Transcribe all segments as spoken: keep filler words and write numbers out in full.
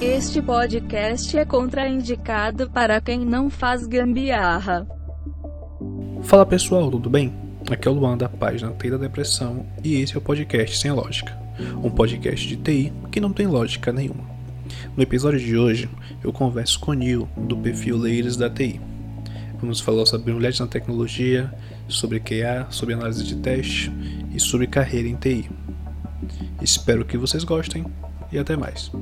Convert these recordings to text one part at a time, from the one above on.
Este podcast é contraindicado para quem não faz gambiarra. Fala pessoal, tudo bem? Aqui é o Luan da página T I da Depressão e esse é o podcast Sem Lógica, um podcast de T I que não tem lógica nenhuma. No episódio de hoje, eu converso com o Nil, do perfil Layers da T I. Vamos falar sobre mulheres na tecnologia, sobre Q A, sobre análise de teste e sobre carreira em T I. Espero que vocês gostem e até mais.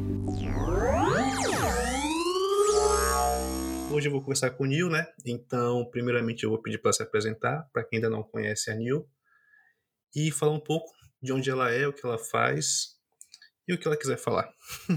Hoje eu vou conversar com o Nil, né? Então, primeiramente eu vou pedir para se apresentar, para quem ainda não conhece a Nil, e falar um pouco de onde ela é, o que ela faz e o que ela quiser falar.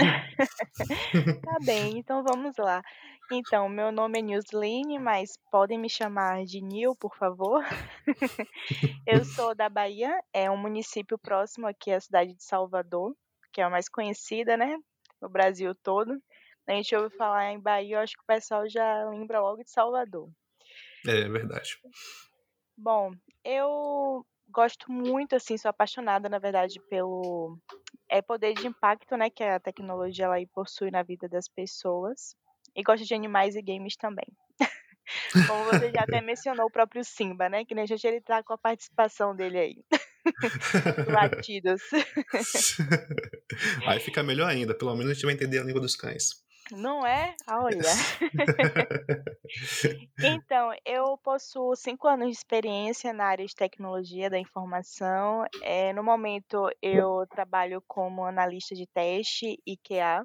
Tá bem, então vamos lá. Então, meu nome é Nilsline, mas podem me chamar de Nil, por favor. Eu sou da Bahia, é um município próximo aqui à cidade de Salvador, que é a mais conhecida, né, no Brasil todo. A gente ouve falar em Bahia, eu acho que o pessoal já lembra logo de Salvador. É verdade. Bom, eu gosto muito, assim, sou apaixonada, na verdade, pelo é, poder de impacto, né, que a tecnologia ela aí possui na vida das pessoas. E gosto de animais e games também. Como você já até mencionou o próprio Simba, né, que nem a gente ele tá com a participação dele aí. Latidos. Aí fica melhor ainda, pelo menos a gente vai entender a língua dos cães. Não é? Olha. Então, eu possuo cinco anos de experiência na área de tecnologia da informação. É, no momento, eu trabalho como analista de teste e Q A.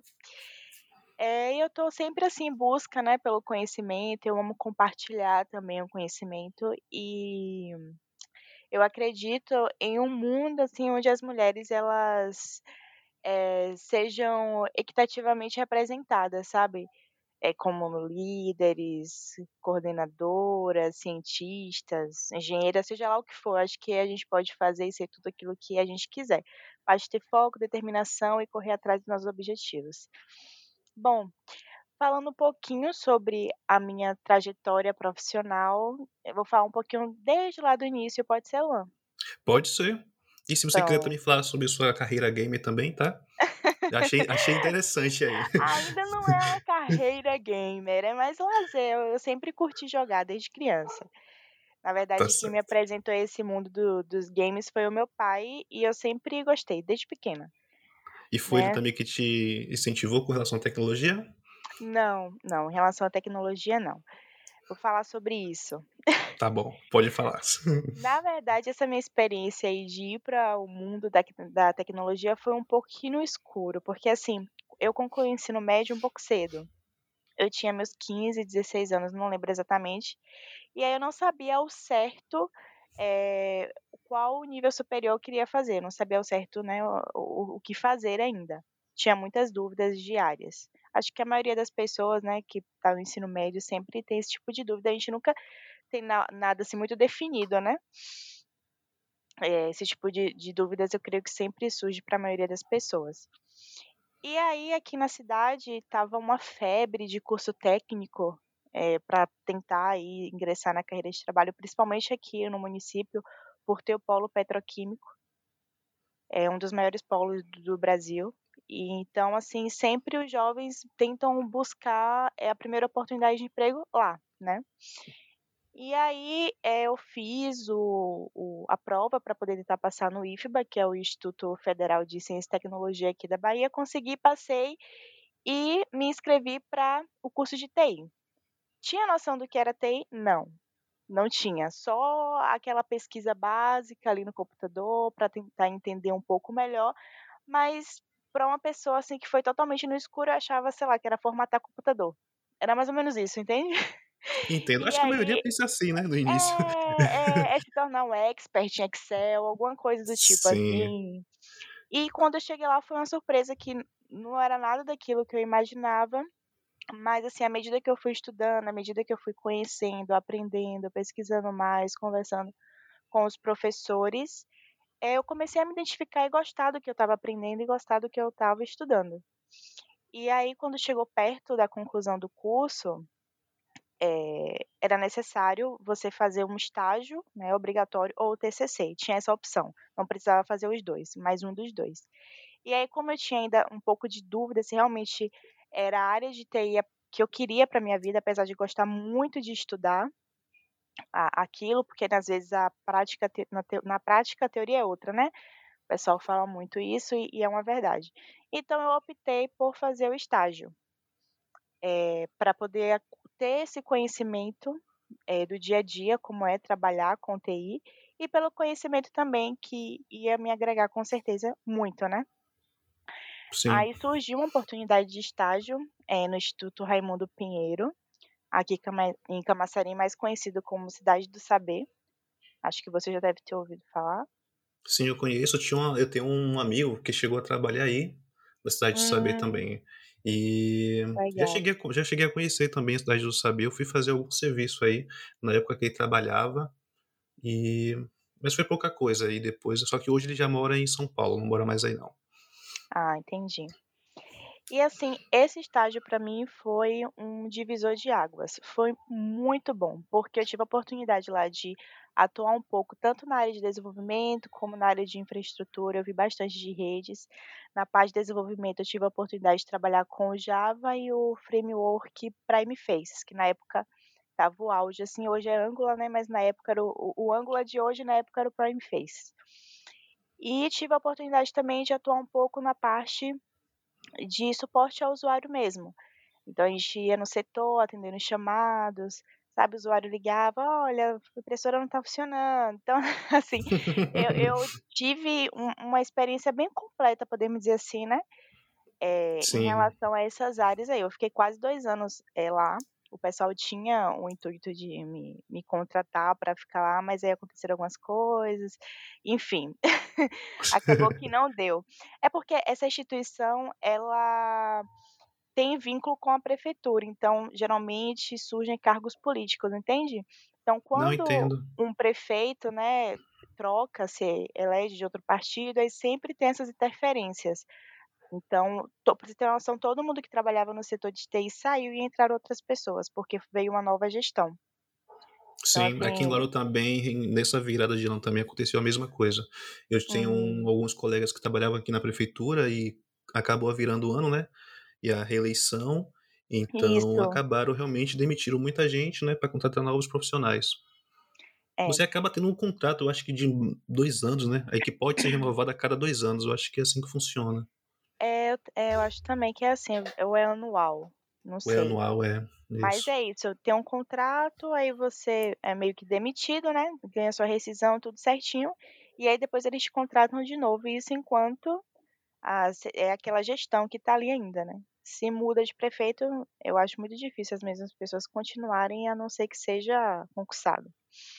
É, e eu estou sempre assim em busca, né, pelo conhecimento. Eu amo compartilhar também o conhecimento e eu acredito em um mundo assim onde as mulheres elas eh, sejam equitativamente representadas, sabe? É, como líderes, coordenadoras, cientistas, engenheiras, seja lá o que for. Acho que a gente pode fazer e ser tudo aquilo que a gente quiser. Basta ter foco, determinação e correr atrás dos nossos objetivos. Bom, falando um pouquinho sobre a minha trajetória profissional, eu vou falar um pouquinho desde lá do início, pode ser, Luan? Pode ser. E se você quiser também Pronto. falar sobre sua carreira gamer também, tá? Achei, achei interessante aí. Ainda não é uma carreira gamer, é mais lazer. Eu eu sempre curti jogar desde criança. Na Tá verdade, quem me certo. apresentou esse mundo do dos games foi o meu pai e eu sempre gostei, desde pequena, E foi ele né. também que te incentivou com relação à tecnologia? Não, não, em relação à tecnologia não. Vou falar sobre isso. Tá bom, pode falar. Na verdade, essa minha experiência aí de ir para o mundo da da tecnologia foi um pouquinho escuro, porque, assim, eu concluí o ensino médio um pouco cedo. Eu tinha meus quinze, dezesseis anos, não lembro exatamente, e aí eu não sabia ao certo, eh, qual o nível superior eu queria fazer, não sabia ao certo, né, o o o que fazer ainda. Tinha muitas dúvidas diárias. Acho que a maioria das pessoas, né, que tá no ensino médio sempre tem esse tipo de dúvida, a gente nunca tem na nada, assim, muito definido, né. Eh, esse tipo de de dúvidas eu creio que sempre surge para a maioria das pessoas. E aí aqui na cidade estava uma febre de curso técnico, para tentar aí ingressar na carreira de trabalho, principalmente aqui no município, por ter o polo petroquímico, é um dos maiores polos do do Brasil. E então, assim, sempre os jovens tentam buscar, eh, a primeira oportunidade de emprego lá, né. E aí, eh, eu fiz o o a prova para poder tentar passar no IFBA, que é o Instituto Federal de Ciência e Tecnologia aqui da Bahia, consegui, passei e me inscrevi para o curso de T I. Tinha noção do que era T I? Não, não tinha, só aquela pesquisa básica ali no computador para tentar entender um pouco melhor, mas para uma pessoa, assim, que foi totalmente no escuro, eu achava, sei lá, que era formatar computador. Era mais ou menos isso, entende? Entendo. E Acho que a maioria aí pensa assim, né, no início. é, é, é se tornar um expert em Excel, alguma coisa do tipo Sim. assim. E quando eu cheguei lá foi uma surpresa que n- não era nada daquilo que eu imaginava, mas assim, à medida que eu fui estudando, à medida que eu fui conhecendo, aprendendo, pesquisando mais, conversando com os professores, eh, eu comecei a me identificar e gostar do que eu estava aprendendo e gostar do que eu estava estudando. E aí, quando chegou perto da conclusão do curso, eh, era necessário você fazer um estágio, né, obrigatório, ou o T C C, tinha essa opção, não precisava fazer os dois, mais um dos dois. E aí, como eu tinha ainda um pouco de dúvida se realmente era a área de T I a que eu queria para minha vida, apesar de gostar muito de estudar a aquilo, porque às vezes a prática te na teo na prática a teoria é outra, né. O pessoal fala muito isso e e é uma verdade. Então eu optei por fazer o estágio, eh, pra poder ter esse conhecimento, eh, do dia a dia, como é trabalhar com T I, e pelo conhecimento também que ia me agregar com certeza muito, né. Sim. Aí surgiu uma oportunidade de estágio, eh, no Instituto Raimundo Pinheiro, aqui Cama em Camaçari, mais conhecido como Cidade do Saber. Acho que você já deve ter ouvido falar. Sim, eu conheço. Eu tinha uma eu tenho um amigo que chegou a trabalhar aí, na Cidade do Saber Hum, também. E já legal. cheguei a co já cheguei a conhecer também a Cidade do Saber. Eu fui fazer algum serviço aí, na época que ele trabalhava, e mas foi pouca coisa. E depois só que hoje ele já mora em São Paulo, não mora mais aí não. Ah, entendi. E assim, esse estágio para mim foi um divisor de águas. Foi muito bom, porque eu tive a oportunidade lá de atuar um pouco tanto na área de desenvolvimento, como na área de infraestrutura. Eu vi bastante de redes. Na parte de desenvolvimento, eu tive a oportunidade de trabalhar com o Java e o framework Prime Faces, que na época estava o auge, assim, hoje é Angular, né, mas na época era o o o Angular de hoje, na época era o Prime Faces. E tive a oportunidade também de atuar um pouco na parte de suporte ao usuário mesmo. Então a gente ia no setor atendendo chamados, sabe, o usuário ligava: "Olha, a impressora não está funcionando". Então, assim, eu eu tive um uma experiência bem completa, podemos dizer assim, né, eh, em Sim. relação a essas áreas aí. Eu fiquei quase dois anos, eh, lá. O pessoal tinha o intuito de me me contratar para ficar lá, mas aí aconteceram algumas coisas, enfim, acabou que não deu. É porque essa instituição, ela tem vínculo com a prefeitura, então geralmente surgem cargos políticos, entende? Então Não, quando entendo. um prefeito, né, troca, se elege de outro partido, aí sempre tem essas interferências. Então, to pra você ter uma noção, todo mundo que trabalhava no setor de T I saiu e entraram outras pessoas, porque veio uma nova gestão. Então Sim, aqui em assim Lauro também, nessa virada de ano também aconteceu a mesma coisa. Eu tenho um uhum, alguns colegas que trabalhavam aqui na prefeitura e acabou virando o ano, né, e a reeleição, então isso, acabaram realmente demitiram muita gente, né, para contratar novos profissionais. é. Você acaba tendo um contrato, eu acho que de dois anos, né, aí que pode ser renovado a cada dois anos, eu acho que é assim que funciona. É, eu é, eu acho também que é assim, ou é anual, não Ou é sei. anual, é, Mas isso. é isso, tem um contrato, aí você é meio que demitido, né, ganha sua rescisão, tudo certinho, e aí depois eles te contratam de novo, e isso enquanto a se é aquela gestão que tá ali ainda, né. Se muda de prefeito, eu acho muito difícil as mesmas pessoas continuarem, a não ser que seja concursado.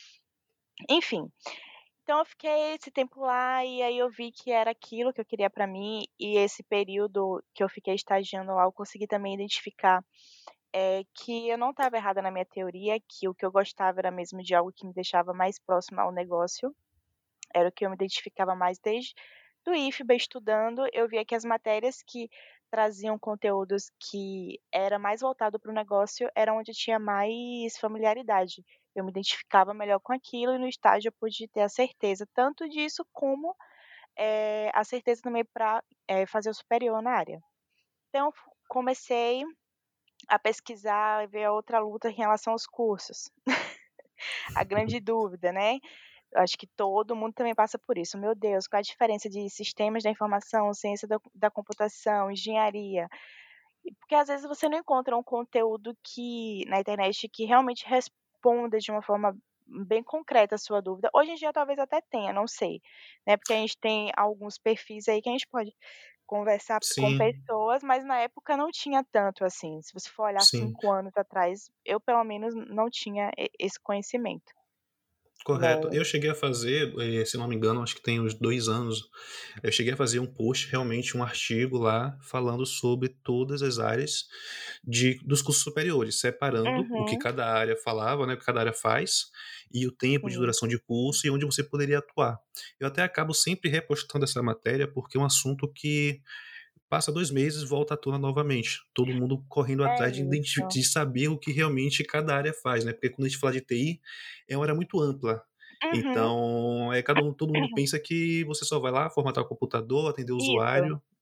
Enfim, então eu fiquei esse tempo lá, e aí eu vi que era aquilo que eu queria pra mim, e esse período que eu fiquei estagiando lá, eu consegui também identificar eh, que eu não estava errada na minha teoria, que o que eu gostava era mesmo de algo que me deixava mais próxima ao negócio, era o que eu me identificava mais desde do IFBA estudando, eu via que as matérias que traziam conteúdos que era mais voltado para o negócio, era onde eu tinha mais familiaridade. Eu me identificava melhor com aquilo e no estágio eu pude ter a certeza tanto disso como, eh, a certeza também para fazer o superior na área. Então, fu comecei a pesquisar e ver a outra luta em relação aos cursos. A grande dúvida, né. Eu acho que todo mundo também passa por isso. "Meu Deus, qual a diferença de sistemas da informação, ciência da da computação, engenharia?". E porque às vezes você não encontra um conteúdo que na internet que realmente responda de uma forma bem concreta a sua dúvida. Hoje em dia talvez até tenha, não sei, né, porque a gente tem alguns perfis aí que a gente pode conversar com Sim, pessoas, mas na época não tinha tanto assim. Se você for olhar sim. cinco anos atrás, eu pelo menos não tinha e esse conhecimento, Correto. né. Eu cheguei a fazer, eh, se não me engano, acho que tem uns dois anos, eu cheguei a fazer um post, realmente um artigo lá, falando sobre todas as áreas de dos cursos superiores, separando o que Uhum, cada área falava, né, o que cada área faz, e o tempo de sim. duração de curso e onde você poderia atuar. Eu até acabo sempre repostando essa matéria, porque é um assunto que passa dois meses, volta à tona novamente. Todo mundo correndo É atrás de identifi isso. de saber o que realmente cada área faz, né, porque quando a gente fala de T I, é uma área muito ampla. Uhum. Então, é cada um todo mundo pensa que você só vai lá formatar o computador, atender o Isso, usuário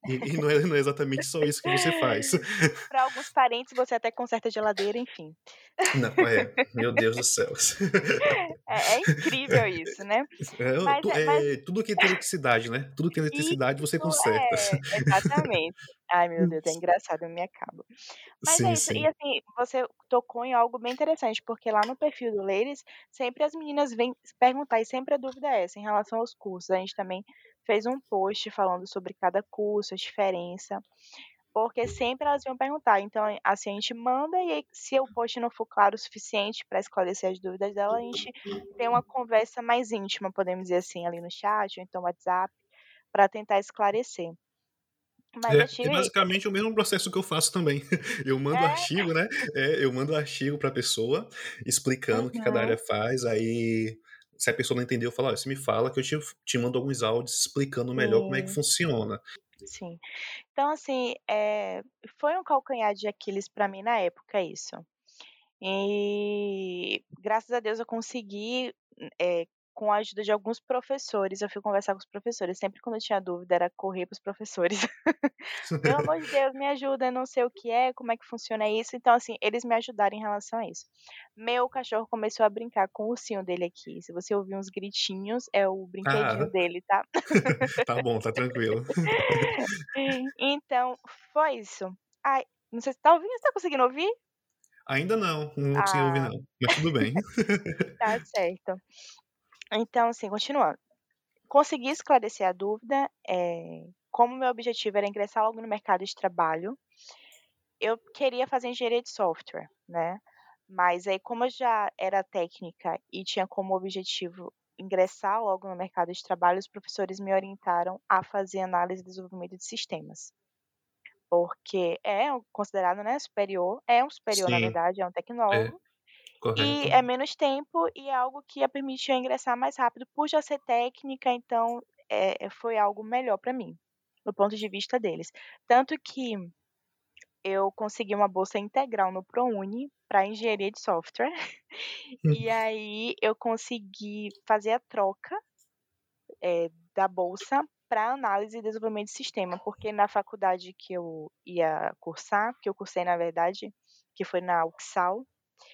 E e não é não é exatamente só isso que você faz. Para alguns parentes, você até conserta a geladeira, enfim. Não, é, meu Deus do céu. É é incrível isso, né. É, o Mas tu é mas eh, tudo que tem eletricidade, né, tudo que tem eletricidade você isso, conserta. é, exatamente. Ai, meu Deus, é engraçado, eu me acabo. Mas é Sim, isso, e sim. assim, você tocou em algo bem interessante, porque lá no perfil do Ladies, sempre as meninas vêm perguntar, e sempre a dúvida é essa, em relação aos cursos. A gente também fez um post falando sobre cada curso, a diferença, porque sempre elas vêm perguntar. Então, assim, a gente manda e aí, se o post não for claro o suficiente para esclarecer as dúvidas dela, a gente tem uma conversa mais íntima, podemos dizer assim, ali no chat ou então no WhatsApp, para tentar esclarecer. Mas eu É, é tive basicamente o mesmo processo que eu faço também. Eu mando o é, artigo, né, é, eu mando o artigo pra pessoa, explicando o que cada uhum, área faz, aí se a pessoa não entendeu, eu falo: "Olha, você me fala que eu te te mando alguns áudios explicando melhor como é que sim, funciona". sim. Então, assim, eh, foi um calcanhar de Aquiles para mim na época isso. E graças a Deus eu consegui, eh, com a ajuda de alguns professores, eu fui conversar com os professores, sempre quando eu tinha dúvida era correr para os professores. "Pelo amor de Deus, me ajuda, não sei o que é, como é que funciona isso", então assim, eles me ajudaram em relação a isso. Meu cachorro começou a brincar com o ursinho dele aqui, se você ouvir uns gritinhos, é o brinquedinho Ah, dele, tá. tá bom, tá tranquilo. Então, foi isso. Ai, não sei se tá ouvindo, você tá conseguindo ouvir? Ainda não, não consegui ouvir Ah, não, mas tudo bem. tá certo. Então, assim, continuando. Consegui esclarecer a dúvida, eh, como meu objetivo era ingressar logo no mercado de trabalho, eu queria fazer engenharia de software, né, mas aí como eu já era técnica e tinha como objetivo ingressar logo no mercado de trabalho, os professores me orientaram a fazer análise e desenvolvimento de sistemas, porque é um considerado, né, superior, é um superior na Sim, verdade, é um é, tecnólogo, e correto. é menos tempo e é algo que ia permitir eu ingressar mais rápido por já ser técnica, então, eh, foi algo melhor para mim, do ponto de vista deles. Tanto que eu consegui uma bolsa integral no ProUni para engenharia de software, e aí eu consegui fazer a troca, eh, da bolsa para análise e desenvolvimento de sistema, porque na faculdade que eu ia cursar, que eu cursei na verdade, que foi na UXAL,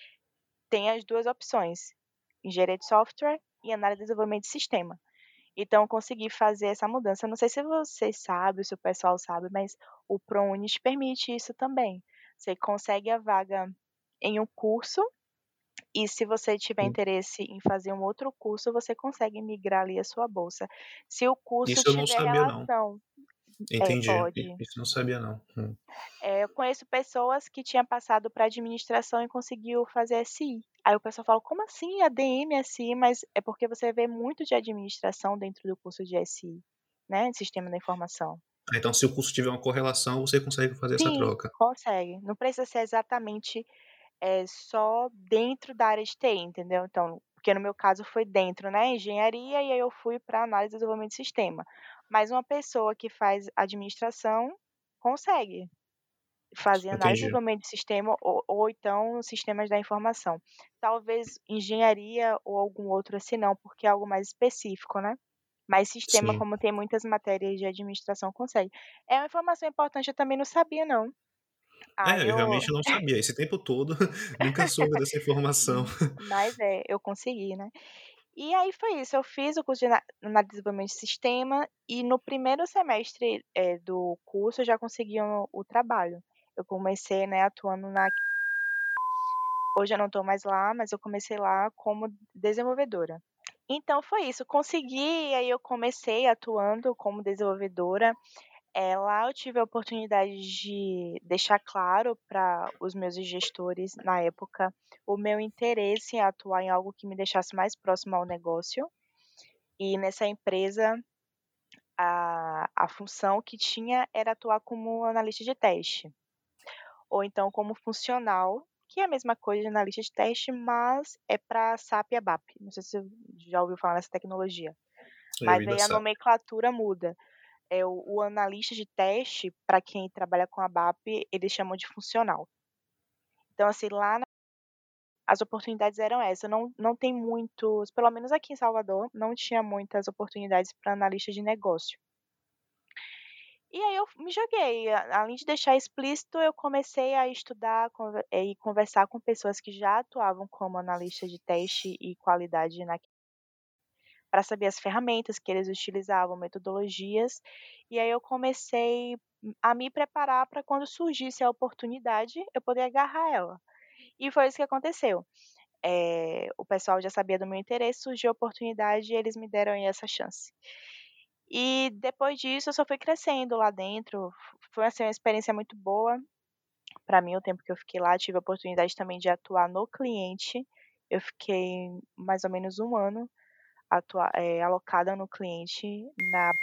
tem as duas opções, engenharia de software e análise de desenvolvimento de sistema. Então eu consegui fazer essa mudança. Eu não sei se você sabe, se o pessoal sabe, mas o ProUni te permite isso também. Você consegue a vaga em um curso e se você tiver Hum, interesse em fazer um outro curso, você consegue migrar ali a sua bolsa. Se o curso isso eu não tiver sabia não. relação é, Entendi, i pode. isso eu não sabia não. Hum. Eh, eu conheço pessoas que tinham passado para administração e conseguiu fazer S I. Aí o pessoal fala: "Como assim A D M, S I?" Mas é porque você vê muito de administração dentro do curso de S I, né, de sistema da informação. Ah, então se o curso tiver uma correlação, você consegue fazer essa Sim, troca. consegue. Não precisa ser exatamente, eh, só dentro da área de T I, entendeu. Então, porque no meu caso foi dentro, né, engenharia, e aí eu fui para análise e desenvolvimento de sistema. Mas uma pessoa que faz administração consegue. Fazer análise e Entendi. desenvolvimento de sistema ou ou então sistemas da informação. Talvez engenharia ou algum outro assim não, porque é algo mais específico, né. Mas sistema, Sim. como tem muitas matérias de administração, consegue. É uma informação importante, eu também não sabia não. Aí É, eu eu realmente não sabia, esse tempo todo nunca soube dessa informação. hum, mas é, eu consegui, né. E aí foi isso, eu fiz o curso de ana análise e desenvolvimento de sistema e no primeiro semestre, eh, do curso eu já consegui o o trabalho. Eu comecei, né, atuando na hoje eu não estou mais lá, mas eu comecei lá como desenvolvedora. Então foi isso, consegui, aí eu comecei atuando como desenvolvedora. Eh, lá eu tive a oportunidade de deixar claro para os meus gestores, na época, o meu interesse em atuar em algo que me deixasse mais próximo ao negócio. E nessa empresa, a a função que tinha era atuar como analista de teste, ou então como funcional, que é a mesma coisa de analista de teste, mas é para SAP e ABAP. Não sei se você já ouviu falar nessa tecnologia, Eu mas ainda aí a sabe. nomenclatura muda. É o o analista de teste, para quem trabalha com ABAP, eles chamam de funcional. Então, assim, lá na as oportunidades eram essas, não não tem muitos, pelo menos aqui em Salvador, não tinha muitas oportunidades para analista de negócio. E aí eu me joguei, a além de deixar explícito, eu comecei a estudar conver eh, e conversar com pessoas que já atuavam como analista de teste e qualidade na para saber as ferramentas que eles utilizavam, metodologias, e aí eu comecei a me preparar para quando surgisse a oportunidade, eu poder agarrar ela. E foi isso que aconteceu. Eh, o pessoal já sabia do meu interesse, surgiu a oportunidade e eles me deram aí essa chance. E depois disso eu só fui crescendo lá dentro, f foi, assim, uma experiência muito boa para mim o tempo que eu fiquei lá, tive a oportunidade também de atuar no cliente, eu fiquei mais ou menos um ano atua eh, alocada no cliente na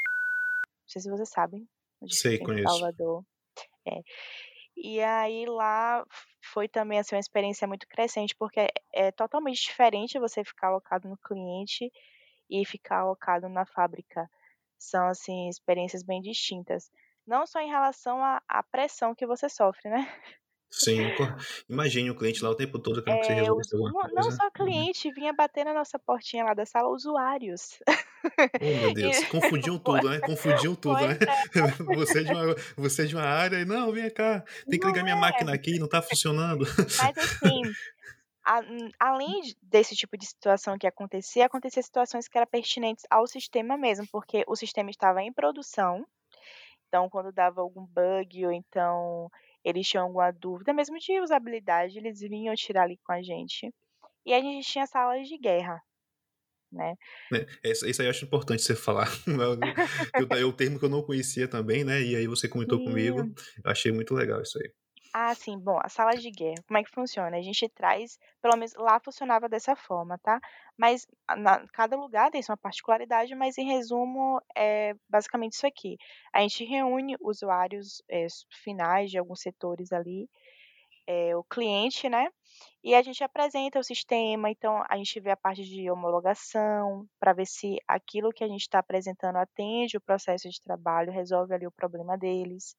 não sei se você sabe, onde Sei, fica em conheço. Salvador. É. E aí lá f foi também, assim, uma experiência muito crescente, porque é é totalmente diferente você ficar alocado no cliente e ficar alocado na fábrica. São, assim, experiências bem distintas. Não só em relação à à pressão que você sofre, né. Sim, co imagine o cliente lá o tempo todo querendo que você É, os resolvesse alguma não não coisa. só Uhum. cliente, vinha bater na nossa portinha lá da sala, usuários. Oh, meu E Deus, confundiam foi tudo, né, confundiam tudo, né. pois é. Você é de uma você é de uma área e: "Não, vem cá, tem que Não ligar minha é? máquina aqui, não tá funcionando". Mas assim, a hum, além de desse tipo de situação que acontecia, acontecia situações que era pertinentes ao sistema mesmo, porque o sistema estava em produção, então quando dava algum bug ou então eles tinham alguma dúvida, mesmo de usabilidade, eles vinham tirar ali com a gente. E a gente tinha salas de guerra, né. Né, essa isso aí eu acho importante você falar, que eu é o termo que eu não conhecia também, né, e aí você comentou comigo, Sim. eu achei muito legal isso aí. Ah, sim. Bom, a sala de guerra, como é que funciona? A gente traz pelo menos lá funcionava dessa forma, tá. Mas a na cada lugar tem sua particularidade, mas em resumo, é basicamente isso aqui. A gente reúne usuários, eh, s finais de alguns setores ali, eh, o cliente, né, e a gente apresenta o sistema, então a gente vê a parte de homologação, para ver se aquilo que a gente está apresentando atende o processo de trabalho, resolve ali o problema deles.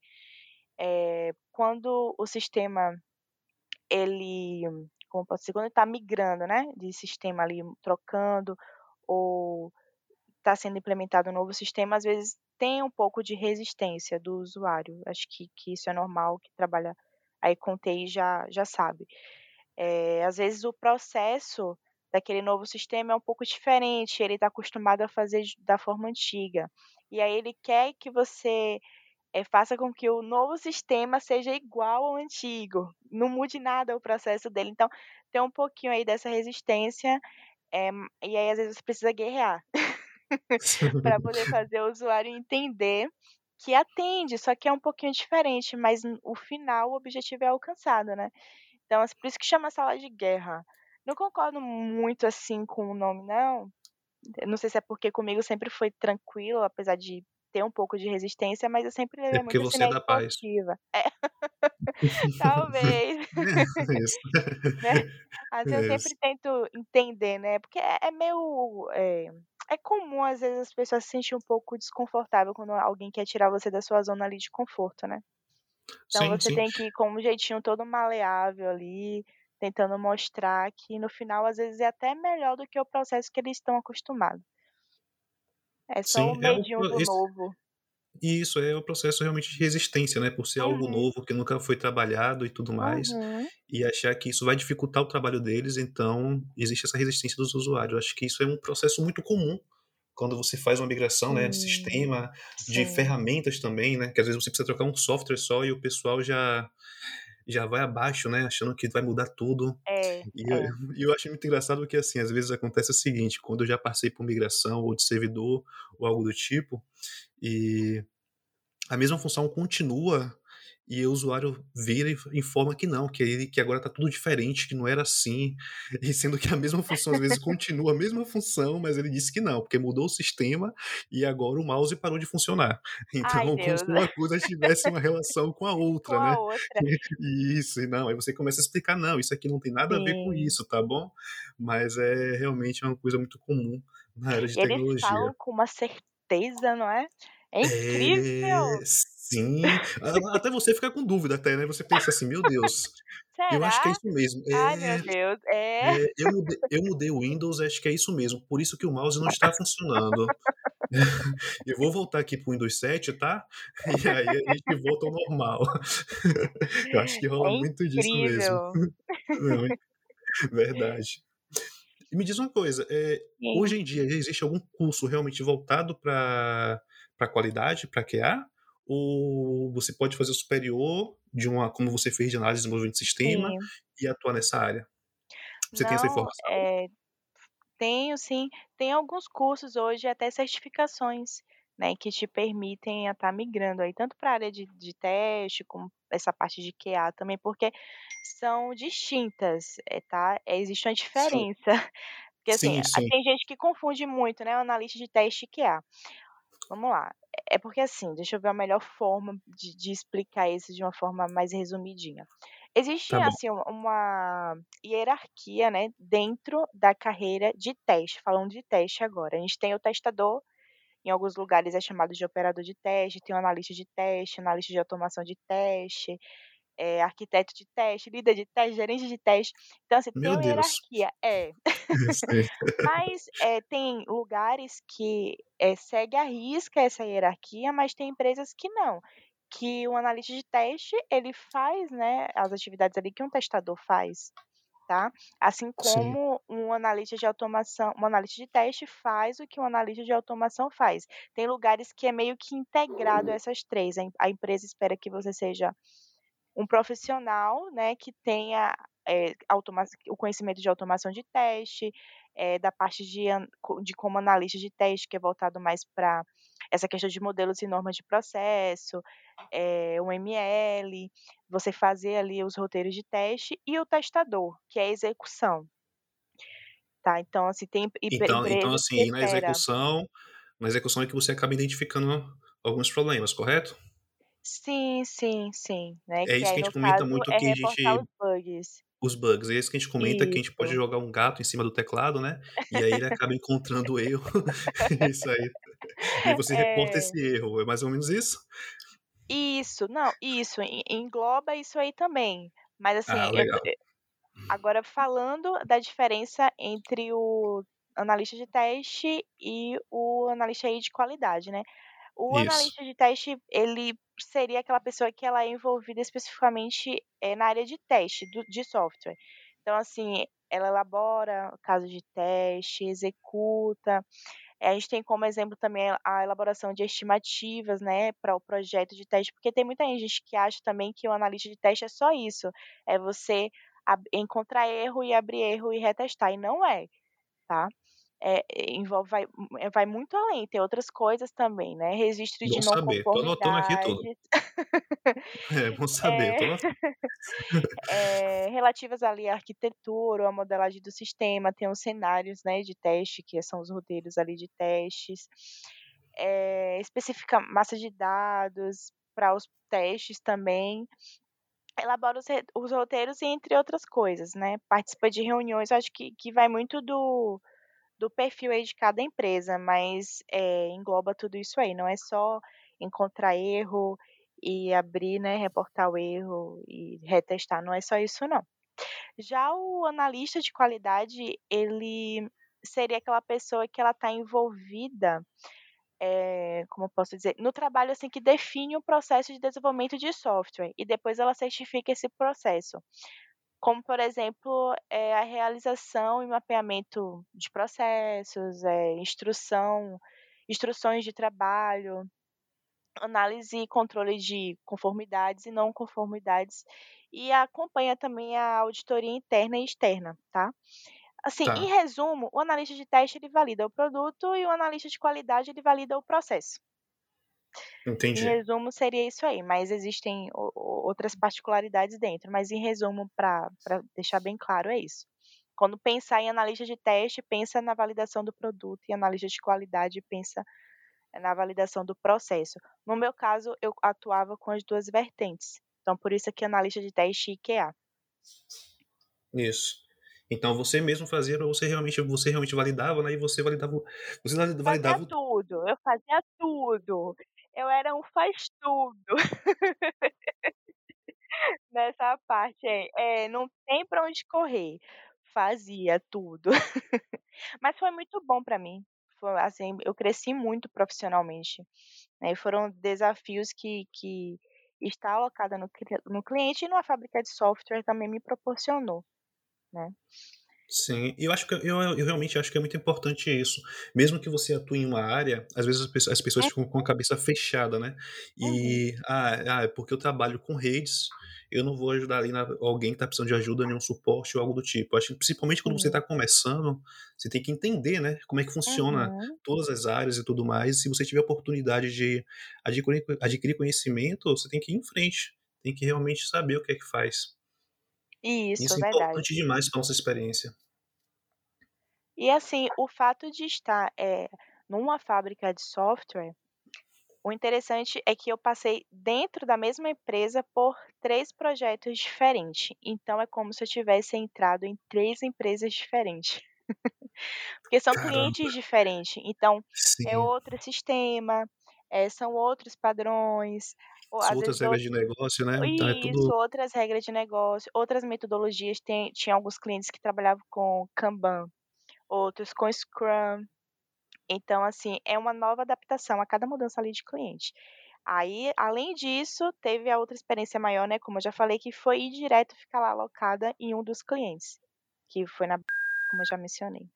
Eh, quando o sistema ele como posso dizer, quando ele tá migrando, né, de sistema ali, trocando ou tá sendo implementado um novo sistema, às vezes tem um pouco de resistência do usuário, acho que que isso é normal, que trabalha aí com T I já já sabe. Eh, às vezes o processo daquele novo sistema é um pouco diferente, ele tá acostumado a fazer de da forma antiga, e aí ele quer que você, eh, faça com que o novo sistema seja igual ao antigo, não mude nada o processo dele, então tem um pouquinho aí dessa resistência, eh, e aí às vezes você precisa guerrear, para poder fazer o usuário entender que atende, só que é um pouquinho diferente, mas n o final, o objetivo é alcançado, né. Então, assim, por isso que chama sala de guerra. Não concordo muito, assim, com o nome não, não sei se é porque comigo sempre foi tranquilo, apesar de ter um pouco de resistência, mas eu sempre É levei porque muito assim você é na da paz. esportiva. É. Talvez. É, isso. Né. Assim, eu Isso. sempre tento entender, né, porque é é meio, eh, é comum às vezes as pessoas se sentir um pouco desconfortável quando alguém quer tirar você da sua zona ali de conforto, né. Então Sim, você sim. tem que ir com um jeitinho todo maleável ali, tentando mostrar que no final, às vezes, é até melhor do que o processo que eles estão acostumado. É só o Sim, é o medinho pro do esse novo. Isso, é o processo realmente de resistência, né, por ser algo Uhum. novo que nunca foi trabalhado e tudo mais, Uhum. e achar que isso vai dificultar o trabalho deles, então existe essa resistência dos usuários. Eu acho que isso é um processo muito comum quando você faz uma migração, né, de Sim. sistema, de Sim. ferramentas também, né, que às vezes você precisa trocar um software só e o pessoal já já vai abaixo, né, achando que vai mudar tudo. É, E eu é. e eu acho muito engraçado porque, assim, às vezes acontece o seguinte, quando eu já passei por migração ou de servidor ou algo do tipo, e a mesma função continua e o usuário vira e f informa que não, que ele que agora tá tudo diferente, que não era assim, e sendo que a mesma função às vezes continua a mesma função, mas ele disse que não, porque mudou o sistema e agora o mouse parou de funcionar. Ai, Então, como se Deus. uma coisa tivesse uma relação com a Com outra, a né. outra. Isso, e não, aí você começa a explicar: "Não, isso aqui não tem nada a ver com Sim. isso, tá bom?". Mas é realmente uma coisa muito comum na área de E eles tecnologia. falam com uma certeza, não é? É É, incrível. sim. A até você fica com dúvida até, né, você pensa assim: "Meu Deus, eu acho que é Será? isso mesmo". Ai, meu É, Deus. É. é, eu mudei eu mudei o Windows, acho que é isso mesmo, por isso que o mouse não está funcionando. Eu vou voltar aqui para o Windows sete, tá? E aí a gente volta ao normal. Eu acho que rola É muito disso mesmo. incrível. Não, é verdade. E me diz uma coisa, eh, Sim. hoje em dia existe algum curso realmente voltado pra pra qualidade, pra Q A? Ou você pode fazer o superior de uma como você fez de análise e desenvolvimento de sistema Sim. e atuar nessa área? Você tem essa Não, informação? eh, tenho sim. Tem alguns cursos hoje, até certificações, né, que te permitem a estar migrando aí tanto pra área de de teste, como essa parte de Q A também, porque são distintas, eh, tá, existe uma Sim. diferença. Porque assim, Sim, a sim. tem gente que confunde muito, né, o analista de teste e Q A. Vamos lá, é porque assim, deixa eu ver a melhor forma de de explicar isso de uma forma mais resumidinha. Existe, Tá bom. assim, uma uma hierarquia, né, dentro da carreira de teste, falando de teste agora. A gente tem o testador, em alguns lugares é chamado de operador de teste, tem o analista de teste, analista de automação de teste, eh, arquiteto de teste, líder de teste, gerente de teste. Então, assim, tem Meu uma Deus. hierarquia. É. Sei. Mas, eh, tem lugares que, eh, segue à risca essa hierarquia, mas tem empresas que não, que o analista de teste, ele faz, né, as atividades ali que um testador faz, tá. Assim Sim. como um analista de automação um analista de teste faz o que um analista de automação faz. Tem lugares que é meio que integrado essas três, a em a empresa espera que você seja um profissional, né, que tenha, eh, automa o conhecimento de automação de teste, eh, da parte de an co de como analista de teste, que é voltado mais pra essa questão de modelos e normas de processo, eh, o M L, você fazer ali os roteiros de teste, e o testador, que é a execução. Tá, então assim, tem empre Então então, empresas que assim, na espera execução na execução é que você acaba identificando alguns problemas, correto? Sim, sim, sim, né, É que isso aí que a gente no comenta caso muito é que a reportar os gente bugs. os bugs, é isso que a gente comenta, que a gente pode Isso. jogar um gato em cima do teclado, né, e aí ele acaba encontrando o erro, isso aí. E você reporta É. esse erro, é mais ou menos isso? Isso, não, isso, en engloba isso aí também. Mas Ah, assim, eu legal. e agora falando da diferença entre o analista de teste e o analista aí de qualidade, né. O Isso. analista de teste, ele seria aquela pessoa que ela é envolvida especificamente, eh, na área de teste do de software. Então assim, ela elabora casos de teste, executa, eh, a gente tem como exemplo também a elaboração de estimativas, né, para o projeto de teste, porque tem muita gente que acha também que o analista de teste é só isso, é você ab encontrar erro e abrir erro e retestar, e não é, tá. Eh, envolve vai m vai muito além, tem outras coisas também, né, registro Bom de não saber, tô anotando aqui tudo. conformidades. É, bom saber, Eh, tô anotando. eh, relativas ali à arquitetura ou à modelagem do sistema, tem os cenários, né, de teste, que são os roteiros ali de testes, eh, especifica massa de dados para os testes também, elabora os re os roteiros, entre outras coisas, né, participa de reuniões, acho que que vai muito do do perfil aí de cada empresa, mas, eh, engloba tudo isso aí, não é só encontrar erro e abrir, né, reportar o erro e retestar, não é só isso não. Já o analista de qualidade, ele seria aquela pessoa que ela tá envolvida, eh, como eu posso dizer, no trabalho, assim, que define o processo de desenvolvimento de software, e depois ela certifica esse processo. Como por exemplo, eh, a realização e mapeamento de processos, eh, instrução instruções de trabalho, análise e controle de conformidades e não conformidades, e acompanha também a auditoria interna e externa, tá. Assim, em Tá. resumo, o analista de teste, ele valida o produto e o analista de qualidade, ele valida o processo. Em Entendi. resumo, seria isso aí, mas existem o o outras particularidades dentro, mas em resumo, pra pra deixar bem claro, é isso. Quando pensar em analista de teste, pensa na validação do produto, e analista de qualidade pensa na validação do processo. No meu caso, eu atuava com as duas vertentes, então por isso que analista de teste e Q A. Isso. Então você mesmo fazia, ou você realmente você realmente validava, né, e você validava o você valida Fazia validava o tudo, eu fazia tudo, eu era um faz tudo. Nessa parte aí, é, não tem pra onde correr, fazia tudo. Mas foi muito bom pra mim, foi assim, eu cresci muito profissionalmente, né, e foram desafios que que estar alocada no cli no cliente e numa fábrica de software também me proporcionou, né. Sim, e eu acho que eu eu realmente acho que é muito importante isso. Mesmo que você atue em uma área, às vezes as pesso as pessoas ficam com a Uhum, cabeça fechada, né, uhum, e: "Ah ah, é porque eu trabalho com redes, eu não vou ajudar ali na alguém que tá precisando de ajuda, nenhum suporte ou algo do tipo". Acho que principalmente quando você sim. tá começando, você tem que entender, né, como é que funciona Uhum. todas as áreas e tudo mais. Se você tiver a oportunidade de adquirir adquirir conhecimento, você tem que ir em frente, tem que realmente saber o que é que faz. Isso, Isso é é verdade. importante demais pra nossa experiência. E assim, o fato de estar, eh, numa fábrica de software, o interessante é que eu passei dentro da mesma empresa por três projetos diferentes, então é como se eu tivesse entrado em três empresas diferentes. Porque são Caramba, clientes diferentes, então é sim. outro sistema, eh, são outros padrões, ou São às outras vezes regras out de negócio, né, então é isso, tudo outras regras de negócio, outras metodologias, tem tinha alguns clientes que trabalhavam com Kanban, outros com Scrum. Então, assim, é uma nova adaptação a cada mudança ali de cliente. Aí, além disso, teve a outra experiência maior, né, como eu já falei, que foi ir direto ficar lá alocada em um dos clientes, que foi na como eu já mencionei.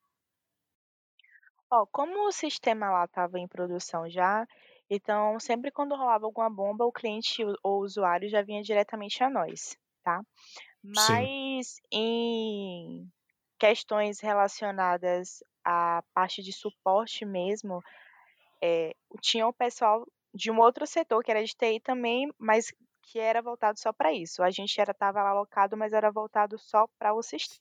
Ó, como o sistema lá estava em produção já, então sempre quando rolava alguma bomba, o cliente o ou o usuário já vinha diretamente a nós, tá. sim. Mas em questões relacionadas à parte de suporte mesmo, Eh, tinha o pessoal de um outro setor que era de T I também, mas que era voltado só para isso. A gente era estava lá alocado, mas era voltado só para o sistema,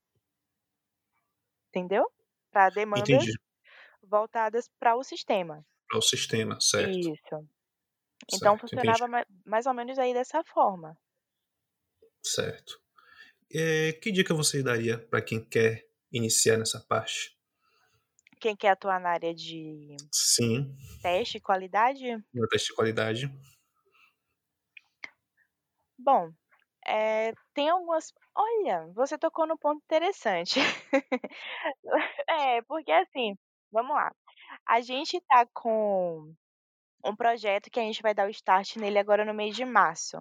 entendeu? Para demandas Entendi, voltadas para o sistema. para o sistema, certo, Isso. Então certo, entendi, funcionava ma mais ou menos aí dessa forma. certo. Eh, que dica você daria para quem quer iniciar nessa parte? Quem quer atuar na área de Sim, teste e qualidade? no teste de qualidade. Bom, eh, tem algumas olha, você tocou num ponto interessante. É, porque assim, vamos lá, a gente tá com um projeto que a gente vai dar o start nele agora no mês de março,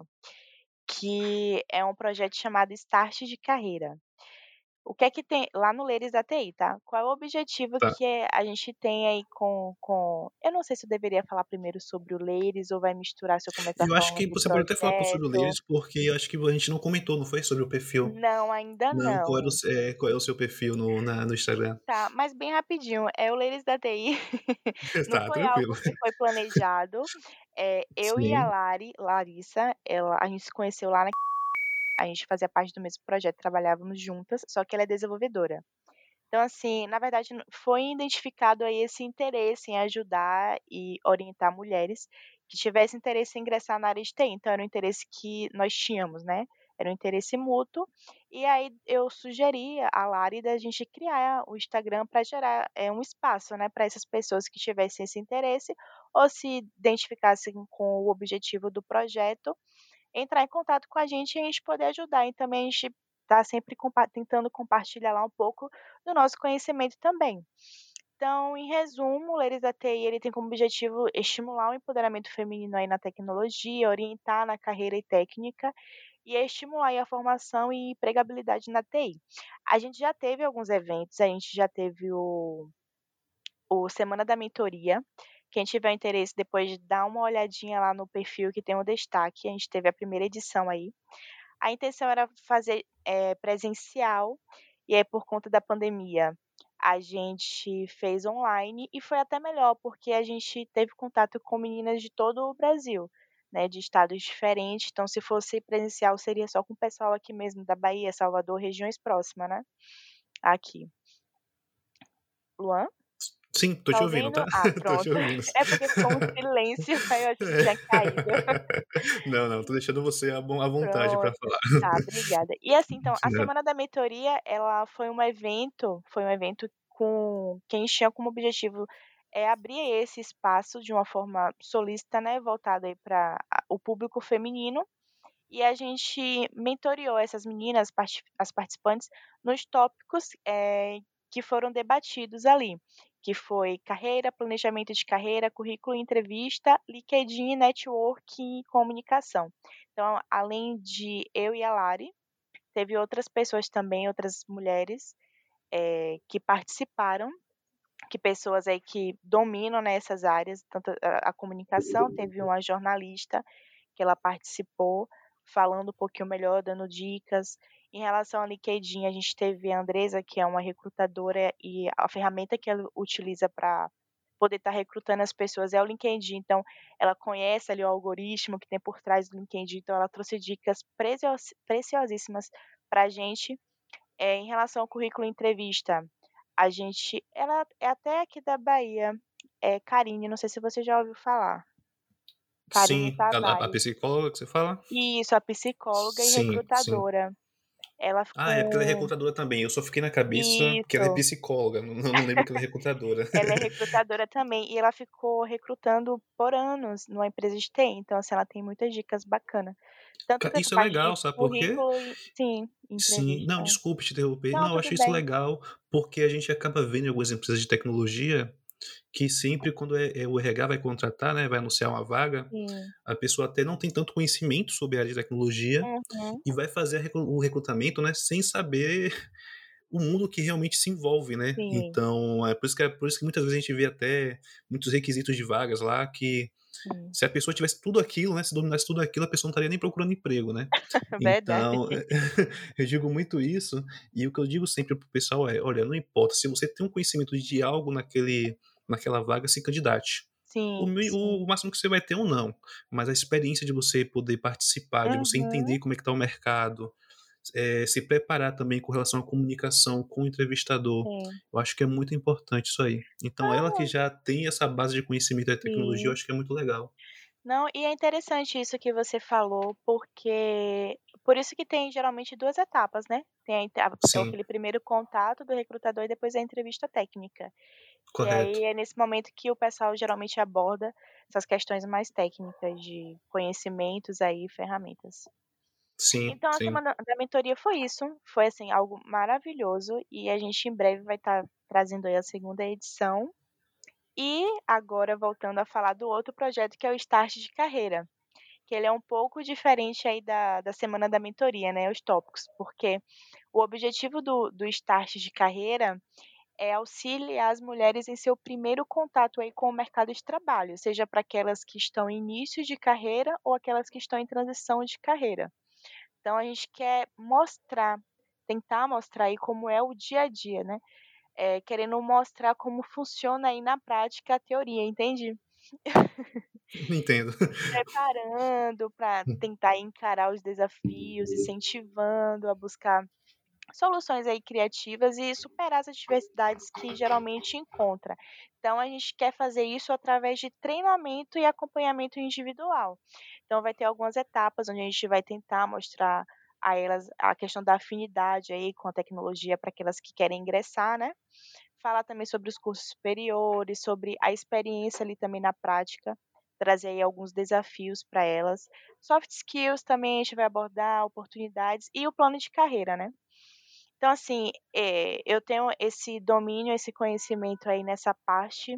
que é um projeto chamado Start de Carreira. O que é que tem lá no Leires da T I, tá? Qual é o objetivo Tá. que é a gente tem aí com com eu não sei se eu deveria falar primeiro sobre o Leires ou vai misturar se eu começar Eu acho falando que do você pode até falar sobre o projeto. deles, porque eu acho que a gente não comentou, não foi, sobre o perfil? Não, ainda Não, qual era o não. se eh, qual é o seu perfil no na no Instagram? Tá, mas bem rapidinho, é o Leires da T I, não Tá, foi tranquilo. algo que foi planejado, eh, eu e a Sim, Lari Larissa, ela a gente se conheceu lá na a gente fazia parte do mesmo projeto, trabalhávamos juntas, só que ela é desenvolvedora. Então, assim, na verdade n foi identificado aí esse interesse em ajudar e orientar mulheres que tivessem interesse em ingressar na área de T I, então era um interesse que nós tínhamos, né, era um interesse mútuo, e aí eu sugeri a Lari da gente criar o Instagram para gerar, eh, um espaço, né, para essas pessoas que tivessem esse interesse ou se identificassem com o objetivo do projeto, entrar em contato com a gente e a gente poder ajudar. E também a gente está sempre compa tentando compartilhar lá um pouco do nosso conhecimento também. Então, em resumo, o Leires da T I ele tem como objetivo estimular o empoderamento feminino aí na tecnologia, orientar na carreira e técnica, e estimular aí a formação e empregabilidade na T I. A gente já teve alguns eventos, a gente já teve o o Semana da Mentoria. Quem tiver interesse depois dá uma olhadinha lá no perfil que tem o destaque, a gente teve a primeira edição aí. A intenção era fazer, eh, presencial, e aí por conta da pandemia, a gente fez online e foi até melhor, porque a gente teve contato com meninas de todo o Brasil, né, de estados diferentes, então se fosse presencial seria só com o pessoal aqui mesmo da Bahia, Salvador, regiões próximas, né, aqui. Luan? sim, tô Tá te ouvindo, ouvindo? tá? Ah, Tô te pronto. ouvindo. É porque ficou um silêncio, aí eu achei que É. tinha caído. Não, não, tô deixando você à von à vontade pra Pronto. falar. Tá, obrigada. E assim, então, a Né. Semana da Mentoria, ela foi um evento foi um evento com que a gente tinha como objetivo, é abrir esse espaço de uma forma solícita, né, voltada aí para o público feminino, e a gente mentoreou essas meninas, parti as participantes, nos tópicos, eh, que foram debatidos ali, que foi carreira, planejamento de carreira, currículo e entrevista, LinkedIn, networking e comunicação. Então, além de eu e a Lari, teve outras pessoas também, outras mulheres, eh, que participaram, que pessoas aí que dominam nessas áreas, tanto a a comunicação, teve uma jornalista que ela participou, falando um pouquinho melhor, dando dicas. Em relação ao LinkedIn, a gente teve a Andresa, que é uma recrutadora, e a ferramenta que ela utiliza para poder estar recrutando as pessoas é o LinkedIn, então ela conhece ali o algoritmo que tem por trás do LinkedIn, então ela trouxe dicas precios preciosíssimas para a gente. Eh, em relação ao currículo e entrevista, a gente ela é até aqui da Bahia, é Karine, não sei se você já ouviu falar. Karine Sim, a, a- a Tavares. psicóloga que você fala? Isso, a psicóloga e Sim, sim. recrutadora. Ela Ah, é porque ela é ficou recrutadora também. Eu só fiquei na cabeça que ela é isso. psicóloga. Não, não não lembro que ela é recrutadora. Ela é recrutadora também, e ela ficou recrutando por anos numa empresa de T I, então, assim, ela tem muitas dicas bacana. Tanto Ca- dessa Isso é parte de legal, sabe por quê? currículo e sim, Sim, não, entrevista. desculpe te interromper. Não, Não, eu tudo acho isso bem. legal, porque a gente acaba vendo em algumas empresas de tecnologia que sempre quando é, é o R H vai contratar, né, vai anunciar uma vaga, Sim. a pessoa até não tem tanto conhecimento sobre a área de tecnologia Uhum. e vai fazer a recru- o recrutamento, né, sem saber o mundo que realmente se envolve, né? Sim, Então, é por isso que, é por isso que muitas vezes a gente vê até muitos requisitos de vagas lá que sim. se a pessoa tivesse tudo aquilo, né, se dominasse tudo aquilo, a pessoa não estaria nem procurando emprego, né? Verdade. Então, eu digo muito isso, e o que eu digo sempre pro pessoal é, olha, não importa, se você tem um conhecimento de algo naquele, naquela vaga, se candidate. O, Sim, mi- sim. o máximo que você vai ter ou não, mas a experiência de você poder participar, de você Uhum. entender como é que está o mercado, é, se preparar também com relação à comunicação com o entrevistador, Sim. eu acho que é muito importante isso aí. Então, ela que Não, já tem essa base de conhecimento da tecnologia, eu sim. acho que é muito legal. Não, e é interessante isso que você falou, porque por isso que tem geralmente duas etapas, né. Tem a inte é Sim, aquele primeiro contato do recrutador e depois a entrevista técnica. Que correto. aí é nesse momento que o pessoal geralmente aborda essas questões mais técnicas de conhecimentos aí, ferramentas. Sim, Então a sim. semana da mentoria foi isso, foi, assim, algo maravilhoso e a gente em breve vai estar trazendo aí a segunda edição. E agora voltando a falar do outro projeto que é o Start de Carreira, que ele é um pouco diferente aí da da semana da mentoria, né, os tópicos, porque o objetivo do do Start de Carreira é auxiliar as mulheres em seu primeiro contato aí com o mercado de trabalho, seja para aquelas que estão em início de carreira ou aquelas que estão em transição de carreira. Então a gente quer mostrar, tentar mostrar aí como é o dia a dia, né, eh, querendo mostrar como funciona aí na prática a teoria, entende? Entendo. Preparando para tentar encarar os desafios, incentivando a buscar soluções aí criativas e superar as adversidades que geralmente encontra. Então a gente quer fazer isso através de treinamento e acompanhamento individual. Então vai ter algumas etapas onde a gente vai tentar mostrar a elas a questão da afinidade aí com a tecnologia para aquelas que querem ingressar, né. Falar também sobre os cursos superiores, sobre a experiência ali também na prática, trazer aí alguns desafios para elas. Soft skills também a gente vai abordar, oportunidades e o plano de carreira, né. Então assim, eh, eu tenho esse domínio, esse conhecimento aí nessa parte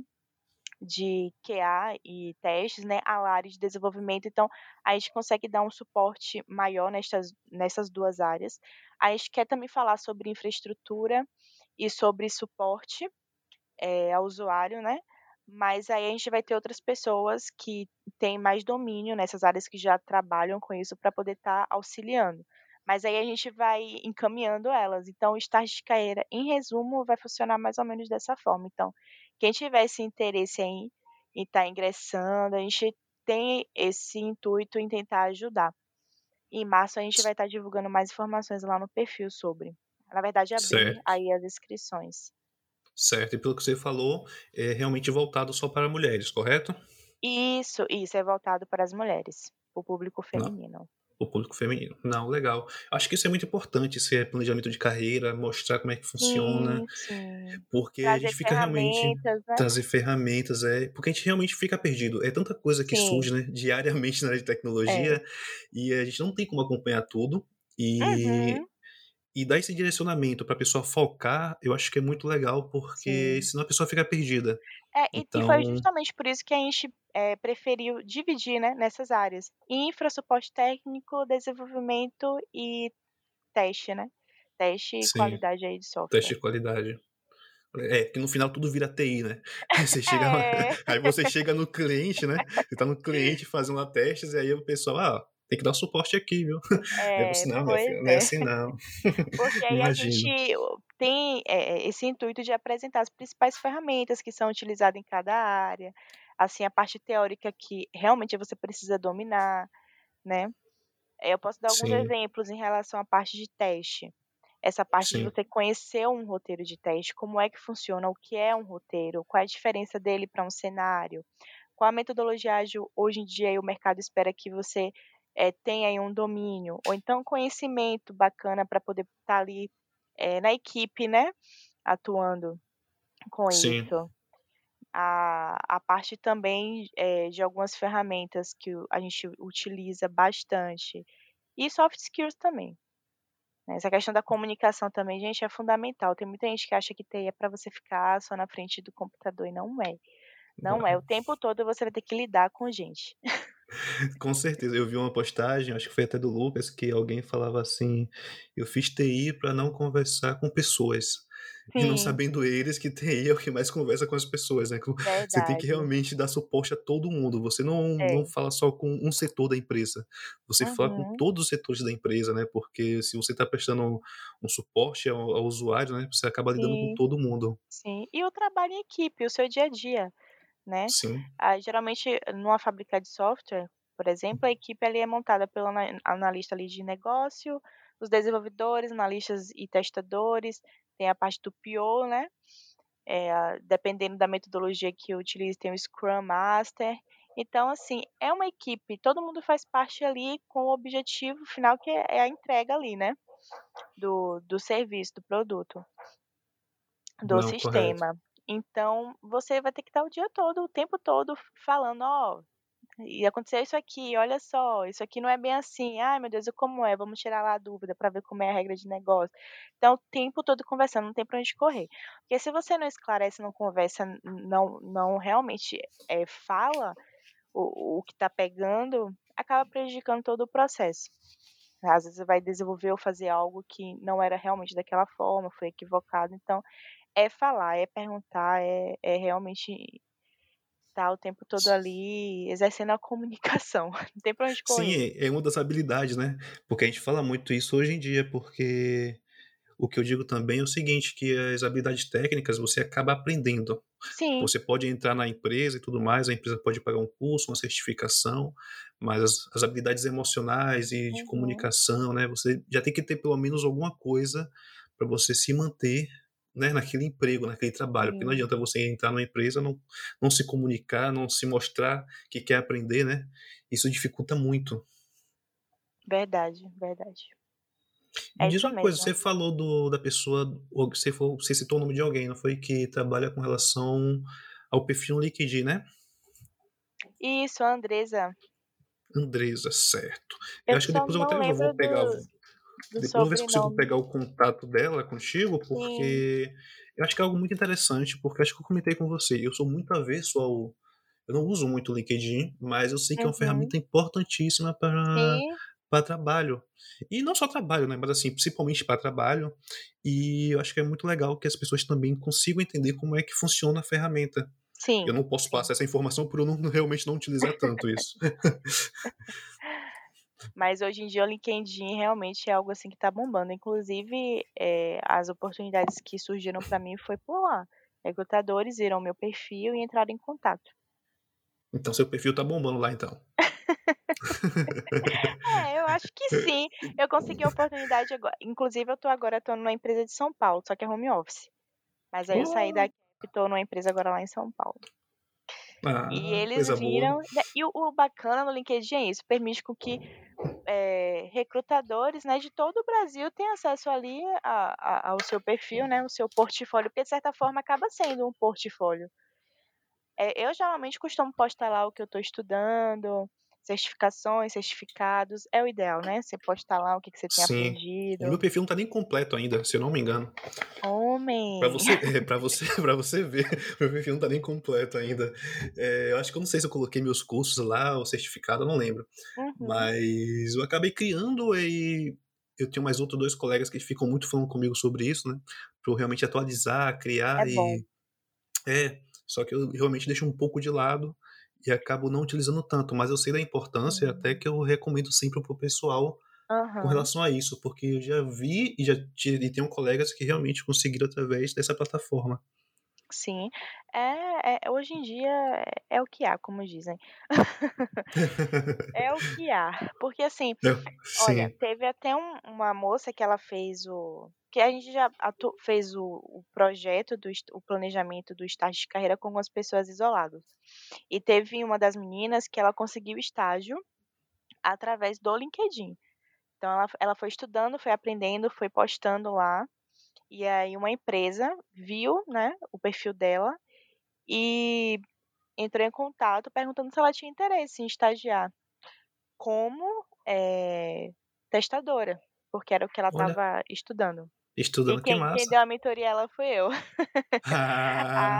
de Q A e testes, né, a área de desenvolvimento, então a gente consegue dar um suporte maior nestas nessas duas áreas. A gente quer também falar sobre infraestrutura e sobre suporte, eh, ao usuário, né, mas aí a gente vai ter outras pessoas que têm mais domínio nessas áreas que já trabalham com isso para poder estar auxiliando. Mas aí a gente vai encaminhando elas, então o estágio de carreira, em resumo, vai funcionar mais ou menos dessa forma. Então, quem tiver esse interesse em em estar ingressando, a gente tem esse intuito em tentar ajudar. Em março a gente vai estar divulgando mais informações lá no perfil sobre. Na verdade, abrir Certo, aí as inscrições. certo. E pelo que você falou, é realmente voltado só para mulheres, correto? Isso, isso, é voltado para as mulheres, o público Não, feminino. o público feminino. Não, legal. Acho que isso é muito importante, esse planejamento de carreira, mostrar como é que funciona, Sim, sim. porque a Trazer gente fica realmente ferramentas, né. trazer ferramentas, é, porque a gente realmente fica perdido. É tanta coisa que Sim, surge, né, diariamente na área de é. tecnologia, e a gente não tem como acompanhar tudo. E Uhum. e dar esse direcionamento para a pessoa focar, eu acho que é muito legal, porque Sim. senão a pessoa fica perdida. É, e e foi Então justamente por isso que a gente, eh, preferiu dividir, né, nessas áreas. Infra, suporte técnico, desenvolvimento e teste, né. Teste e sim, qualidade aí de teste software. de qualidade. É, que no final tudo vira T I, né. Aí você chega lá É, aí você chega no cliente, né, você tá no cliente fazendo lá testes, e aí o pessoal: "Ah, tem que dar suporte aqui, viu". Aí eu é, disse: "Não, minha pois filha, não é é. assim não". Porque aí a gente Imagino. o tem, eh eh, esse intuito de apresentar as principais ferramentas que são utilizadas em cada área, assim, a parte teórica que realmente você precisa dominar, né. Eh, eu posso dar alguns Sim, exemplos em relação à parte de teste. Essa parte de sim, você conhecer um roteiro de teste, como é que funciona, o que é um roteiro, qual é a diferença dele para um cenário, qual a metodologia ágil hoje em dia aí o mercado espera que você, eh, tenha aí um domínio, ou então conhecimento bacana para poder estar ali, eh, na equipe, né, atuando com sim. isso. A a parte também, eh, de algumas ferramentas que o a gente utiliza bastante, e soft skills também. Né, essa questão da comunicação também, gente, é fundamental. Tem muita gente que acha que T I é para você ficar só na frente do computador e não é. Não Não é, é. o tempo todo você vai ter que lidar com gente. Com certeza, eu vi uma postagem, acho que foi até do Lucas, que alguém falava assim: "Eu fiz T I para não conversar com pessoas", e não Sim, sabendo eles que T I é o que mais conversa com as pessoas, né, co você tem que verdade. realmente dar suporte a todo mundo, você não não É. fala só com um setor da empresa, você fala com Uhum. todos os setores da empresa, né, porque se você está prestando um um suporte ao ao usuário, né, você acaba lidando com Sim, todo mundo. sim. E o trabalho em equipe, o seu dia a dia, né. Sim, Ah, geralmente, numa fábrica de software, por exemplo, a equipe ali é montada pelo ana analista ali de negócio, os desenvolvedores, analistas e testadores, tem a parte do P O, né. Eh, a dependendo da metodologia que eu utilizo, tem o Scrum Master. Então, assim, é uma equipe, todo mundo faz parte ali com o objetivo final que é é a entrega ali, né, do do serviço, do produto, do não, correto. sistema. Então, você vai ter que estar o dia todo, o tempo todo falando: "Ó, e aconteceu isso aqui, olha só, isso aqui não é bem assim. Ai, meu Deus, e como é? Vamos tirar lá a dúvida para ver como é a regra de negócio". Então, o tempo todo conversando, não tem para onde correr. Porque se você não esclarece, não conversa, n não não realmente, eh, fala o o que está pegando, acaba prejudicando todo o processo. Às vezes você vai desenvolver ou fazer algo que não era realmente daquela forma, foi equivocado. Então, é falar, é perguntar, é é realmente tá o tempo todo ali exercendo a comunicação, não tem pra onde Sim, correr. é é uma das habilidades, né, porque a gente fala muito isso hoje em dia, porque o que eu digo também é o seguinte, que as habilidades técnicas você acaba aprendendo. Sim, Você pode entrar na empresa e tudo mais, a empresa pode pagar um curso, uma certificação, mas as as habilidades emocionais e de uhum, comunicação, né, você já tem que ter pelo menos alguma coisa para você se manter, né, naquele emprego, naquele trabalho, porque não sim, adianta você entrar numa empresa, não não se comunicar, não se mostrar que quer aprender, né, isso dificulta muito. verdade, verdade. Me É diz isso uma coisa, mesmo. você falou do da pessoa, ou que você falou, você citou o nome de alguém, não foi, que trabalha com relação ao perfil no LinkedIn, né? Isso, a Andresa, Andresa, certo. Eu eu acho que só depois eu não até já lembro vou pegar do do depois eu vou ver se consigo sobrenome. pegar o contato dela contigo, Sim, porque eu acho que é algo muito interessante, porque acho que eu comentei com você, eu sou muito avesso ao eu não uso muito o LinkedIn, mas eu sei que é uma uhum, ferramenta importantíssima para sim, para trabalho. E não só trabalho, né, mas assim, principalmente para trabalho, e eu acho que é muito legal que as pessoas também consigam entender como é que funciona a ferramenta. Eu sim, não posso sim. passar essa informação por eu não realmente não utilizar tanto isso. Mas hoje em dia o LinkedIn realmente é algo, assim, que tá bombando, inclusive, eh, as oportunidades que surgiram pra mim foi por lá. Recrutadores viram meu perfil e entraram em contato. Então seu perfil tá bombando lá então. É, eu acho que sim. Eu consegui a oportunidade agora, inclusive eu tô agora tô numa empresa de São Paulo, só que é home office. Mas aí eu saí Oh, daqui e tô numa empresa agora lá em São Paulo. E ah, eles coisa boa. viram, né, e o o bacana no LinkedIn é isso, permite com que, eh, recrutadores, né, de todo o Brasil tenham acesso ali a a ao seu perfil, né, o seu portfólio, porque de certa forma acaba sendo um portfólio. Eh, eu geralmente costumo postar lá o que eu estou estudando, certificações, certificados, é o ideal, né, você postar lá o que que você tem Sim. O aprendido. meu perfil não tá nem completo ainda, se eu não me engano. Pra Homem. você é, pra você pra você ver, meu perfil não tá nem completo ainda. Eh, eu acho que eu não sei se eu coloquei meus cursos lá, o certificado, eu não lembro. Uhum. Mas eu acabei criando e eu tenho mais outros dois colegas que ficam muito falando comigo sobre isso, né, pra eu realmente atualizar, É criar bom. e é, só que eu realmente deixo um pouco de lado e acabo não utilizando tanto, mas eu sei da importância, até Hum. que eu recomendo sempre para o pessoal com Aham. relação a isso, porque eu já vi e já ti e tenho colegas que realmente conseguiram através dessa plataforma. Sim. É é hoje em dia é é o que há, como dizem. É o que há. Porque, assim, É, olha, sim. teve até um uma moça que ela fez o que a gente já atu fez o o projeto do es o planejamento do estágio de carreira com algumas pessoas isoladas. E teve uma das meninas que ela conseguiu estágio através do LinkedIn. Então ela ela foi estudando, foi aprendendo, foi postando lá, e aí uma empresa viu, né, o perfil dela e entrou em contato perguntando se ela tinha interesse em estagiar como, eh, testadora, porque era o que ela Olha. estava estudando. E Estudando, que quem quem massa. deu a mentoria a ela fui eu. Ah. Ah.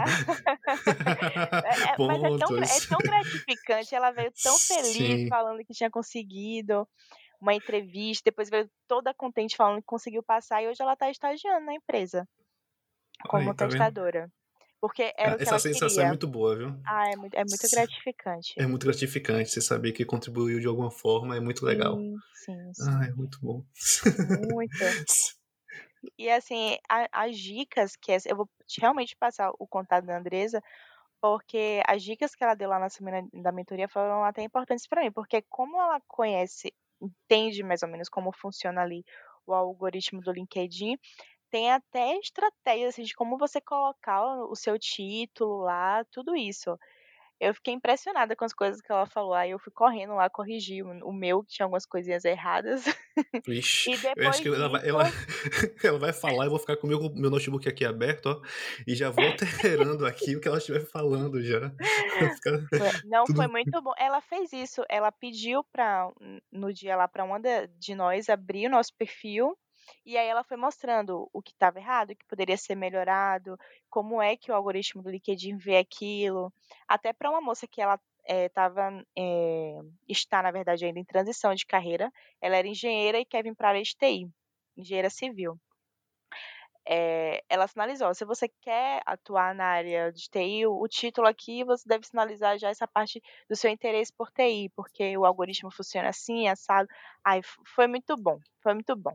É é mas é tão gra é Pontos. tão gratificante, ela veio tão feliz Sim. falando que tinha conseguido uma entrevista, depois veio toda contente falando que conseguiu passar e hoje ela tá estagiando na empresa, como Aí, tá vendo? testadora, porque Ah, era o que essa ela sensação é queria. muito boa, viu. Ah, é muito é muito S gratificante. é muito gratificante você saber que contribuiu de alguma forma, é muito legal. Sim, sim, Ah, sim. é muito bom. Muito. E assim, a as dicas que essa eu vou te realmente passar o contato da Andresa, porque as dicas que ela deu lá na semana da mentoria foram até importantes pra mim, porque como ela conhece, entende mais ou menos como funciona ali o algoritmo do LinkedIn, tem até estratégias, assim, de como você colocar o o seu título lá, tudo isso. Eu fiquei impressionada com as coisas que ela falou, aí eu fui correndo lá corrigir o o meu, que tinha algumas coisinhas erradas. Vixe, E eu acho depois que ela vai ela disso ela vai falar, eu vou ficar com o meu meu notebook aqui aberto, ó, e já vou alterando aqui o que ela estiver falando já, pra ficar Foi não, foi tudo muito bom. Ela fez isso, ela pediu pra n no dia lá pra uma da de nós abrir o nosso perfil, e aí ela foi mostrando o que estava errado, o que poderia ser melhorado, como é que o algoritmo do LinkedIn vê aquilo. Até pra uma moça que ela, eh, estava, eh, está na verdade ainda em transição de carreira, ela era engenheira e quer vir pra área de T I, engenheira civil. Eh, ela sinalizou: "Se você quer atuar na área de T I, o o título aqui você deve sinalizar já essa parte do seu interesse por T I, porque o algoritmo funciona assim, assado". Ai, fo foi muito bom, foi muito bom.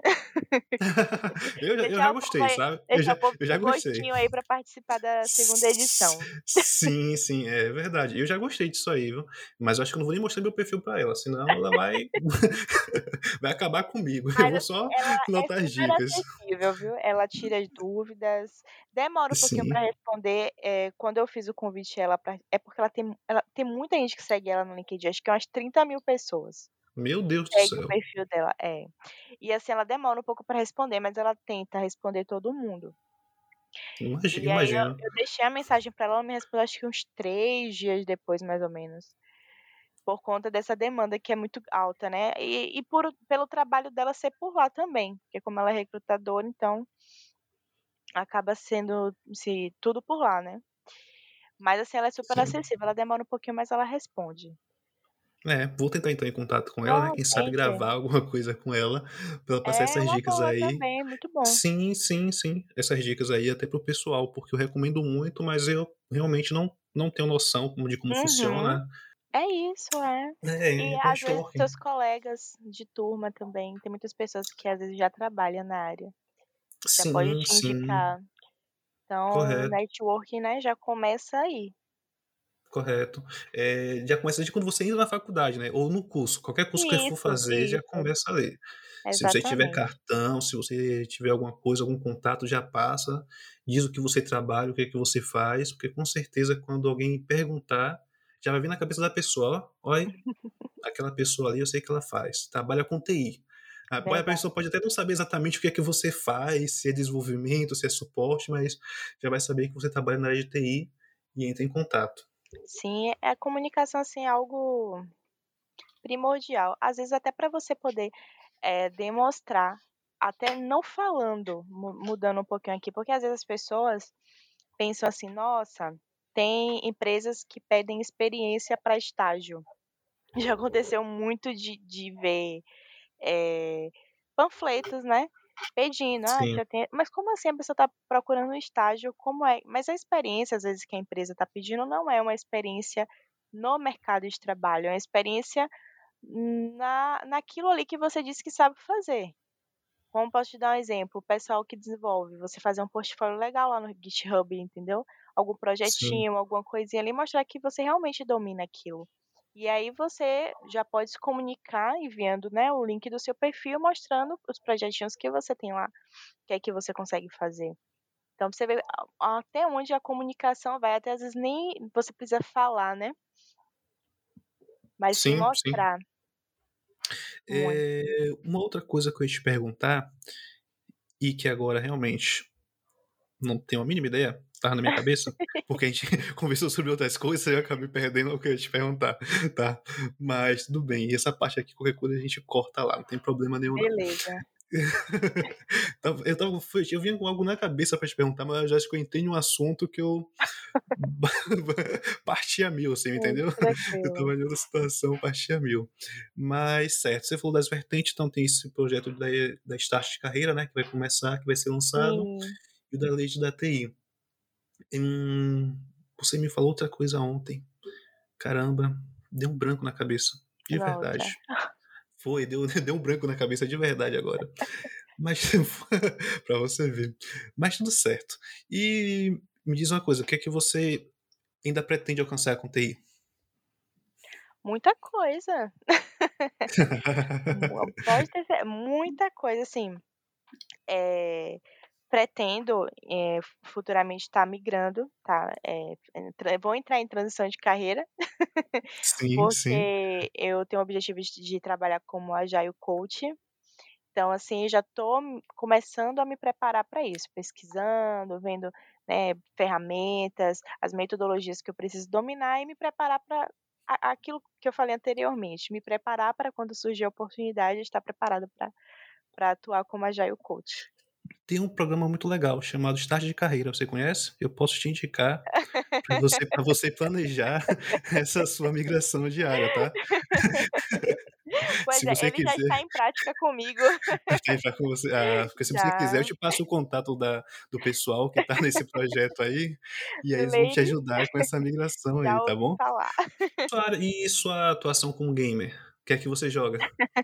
Eu já eu já Deixar o povo gostei, aí sabe, eu deixar já o povo eu já com gostei. gostinho aí pra participar da segunda S edição. sim, sim, é verdade. Eu já gostei disso aí, viu. Mas eu acho que eu não vou nem mostrar meu perfil pra ela, senão ela vai vai acabar comigo. Eu Mas vou assim, só ela é anotar as super dicas. acessível, viu. Ela tira as dúvidas, demora um pouquinho pra Sim. responder, eh, quando eu fiz o convite ela pra é porque ela tem ela tem muita gente que segue ela no LinkedIn, acho que umas trinta mil pessoas. Meu Deus do Segue o céu. perfil dela, é. E assim, ela demora um pouco pra responder, mas ela tenta responder todo mundo. Imagi E aí eu imagino. eu deixei a mensagem pra ela, ela me respondeu acho que uns três dias depois, mais ou menos. Por conta dessa demanda que é muito alta, né. E e por pelo trabalho dela ser por lá também, porque como ela é recrutadora, então acaba sendo, se tudo por lá, né. Mas assim, ela é super Sim. acessível, ela demora um pouquinho, mas ela responde. É, vou tentar entrar em contato com ela, né, Não, quem sabe tente. gravar alguma coisa com ela, pra ela passar É essas uma dicas boa aí. também, muito bom. Sim, sim, sim, essas dicas aí até para o pessoal, porque eu recomendo muito, mas eu realmente não não tenho noção como de como Uhum. funciona. É isso, é. E É, é às vezes networking. seus colegas de turma também, tem muitas pessoas que às vezes já trabalham na área, já pode Sim, te sim. indicar. Então o Correto. networking, né, já começa aí. Correto. Eh, já começa desde quando você entra na faculdade, né, ou no curso, qualquer curso que for Isso, fazer já isso. começa ali. Se você tiver Exatamente. cartão, se você tiver alguma coisa, algum contato, já passa, diz o que você trabalha, o que é que você faz, porque com certeza quando alguém perguntar, já vai vir na cabeça da pessoa: "Ó, olha, aquela pessoa ali eu sei que ela faz, trabalha com T I". A a Verdade. pessoa pode até não saber exatamente o que é que você faz, se é desenvolvimento, se é suporte, mas já vai saber que você trabalha na área de T I e entra em contato. Sim, é a comunicação, assim, é algo primordial. Às vezes até para você poder é, demonstrar, até não falando, mu- mudando um pouquinho aqui, porque às vezes as pessoas pensam assim, nossa, tem empresas que pedem experiência para estágio. Já aconteceu muito de, de ver é, panfletos, né? Pedindo, ah, Sim, já tem. Mas como assim a pessoa está procurando um estágio? Como é? Mas a experiência, às vezes, que a empresa está pedindo, não é uma experiência no mercado de trabalho, é uma experiência na, naquilo ali que você disse que sabe fazer. Como posso te dar um exemplo? O pessoal que desenvolve, você fazer um portfólio legal lá no GitHub, entendeu? Algum sim, projetinho, alguma coisinha ali, mostrar que você realmente domina aquilo. E aí você já pode se comunicar enviando, né, o link do seu perfil, mostrando os projetinhos que você tem lá, que é que você consegue fazer. Então você vê a- até onde a comunicação vai, até às vezes nem você precisa falar, né? Mas sim sim, sim. mostrar muito. É, uma outra coisa que eu ia te perguntar, e que agora realmente não tenho a mínima ideia, tava na minha cabeça, porque a gente conversou sobre outras coisas e eu acabei perdendo o que eu ia te perguntar, tá? Mas tudo bem, e essa parte aqui, qualquer coisa a gente corta lá, não tem problema nenhum não. Beleza. Tava- eu, tava, foi- eu vinha com algo na cabeça pra te perguntar, mas eu já acho que eu entrei em um assunto que eu parti a mil, assim, Muito entendeu? Eu tranquilo. tava em outra situação, parti a mil. Mas, certo, você falou das vertentes, então tem esse projeto da, da Start de Carreira, né, que vai começar, que vai ser lançado, Sim, e o da Lei da T I. Hum, você me falou outra coisa ontem. Caramba, deu um branco na cabeça. De na outra. verdade. Foi, deu, deu um branco na cabeça de verdade agora. Mas pra você ver. Mas tudo certo. E me diz uma coisa, o que é que você ainda pretende alcançar com T I? Muita coisa. Mu pode ter cer muita coisa, assim, eh, pretendo, eh, futuramente estar migrando, tá, eh, entra vou entrar em transição de carreira, Sim, sim. porque eu tenho o objetivo de de trabalhar como agile coach, então, assim, já estou começando a me preparar para isso, pesquisando, vendo, né, ferramentas, as metodologias que eu preciso dominar e me preparar para aquilo que eu falei anteriormente, me preparar para quando surgir a oportunidade, estar preparada para para atuar como agile coach. Tem um programa muito legal chamado Start de Carreira, você conhece? Eu posso te indicar para você, para você planejar essa sua migração diária, tá? Pois Se é, você ele já quiser. está em prática comigo. Tentar com você. Ah, porque se você quiser, eu Já, te passo o contato da, do pessoal que tá nesse projeto aí, e aí do eles vão te Lady, ajudar com essa migração aí, já tá ouvi bom? falar. Sua área- e sua atuação como gamer? O que é que você joga?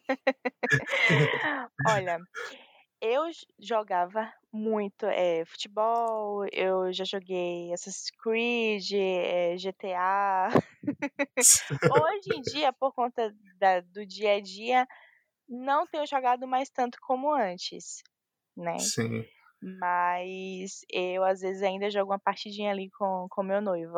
Olha, eu j jogava muito, eh, futebol, eu já joguei Assassin's Creed, eh, G T A. Hoje em dia, por conta da do dia a dia, não tenho jogado mais tanto como antes, né, Sim. mas eu, às vezes, ainda jogo uma partidinha ali com com meu noivo.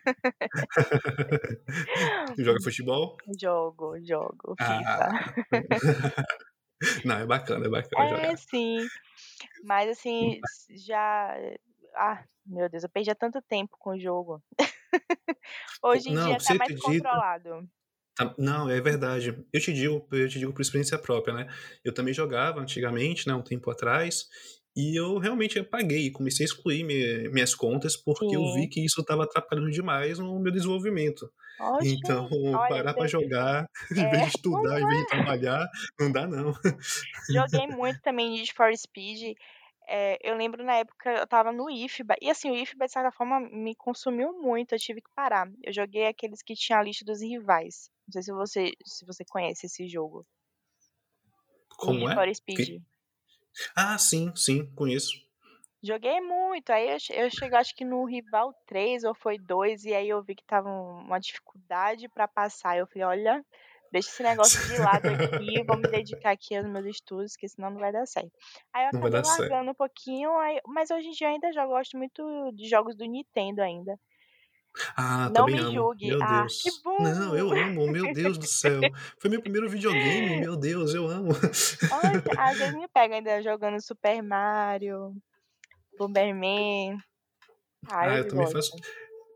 Joga futebol? Jogo, jogo FIFA. Ah. Não, é bacana, é bacana É, jogar. sim, mas assim, s já ah, meu Deus, eu perdia tanto tempo com o jogo. Co- Hoje em Não, dia tá você mais acredita? controlado. Tá, não, é verdade. Eu te digo eu te digo por experiência própria, né, eu também jogava antigamente, né, um tempo atrás, e eu realmente apaguei, comecei a excluir me minhas contas, porque eu vi Sim. que isso estava atrapalhando demais no meu desenvolvimento. Oxe, Então, olha, parar pra você jogar, em é, vez de estudar, em vez de trabalhar, não dá não. joguei muito também Need for Speed, eh, eu lembro na época eu estava no IFBA, e assim, o IFBA de certa forma me consumiu muito, eu tive que parar. Eu joguei aqueles que tinha a lista dos rivais, não sei se você se você conhece esse jogo, Need Como é? for Que Speed. ah, sim, sim, conheço. Joguei muito, aí eu che eu cheguei acho que no rival três ou foi dois e aí eu vi que estava um uma dificuldade pra passar, eu falei: "Olha, deixa esse negócio de lado aqui, vou me dedicar aqui aos meus estudos, que senão não vai dar certo". Aí eu Não vai acabei dar certo. largando um pouquinho, aí mas hoje em dia eu ainda jogo, gosto muito de jogos do Nintendo ainda. Ah, Não também me amo. julgue. Meu Ah, que Deus. Não, bom! eu amo, meu Deus do céu. Foi meu primeiro videogame, meu Deus, eu amo. Poxa, às vezes me pega ainda jogando Super Mario, Bomberman. Ah, Ah, eu eu também faço gosto.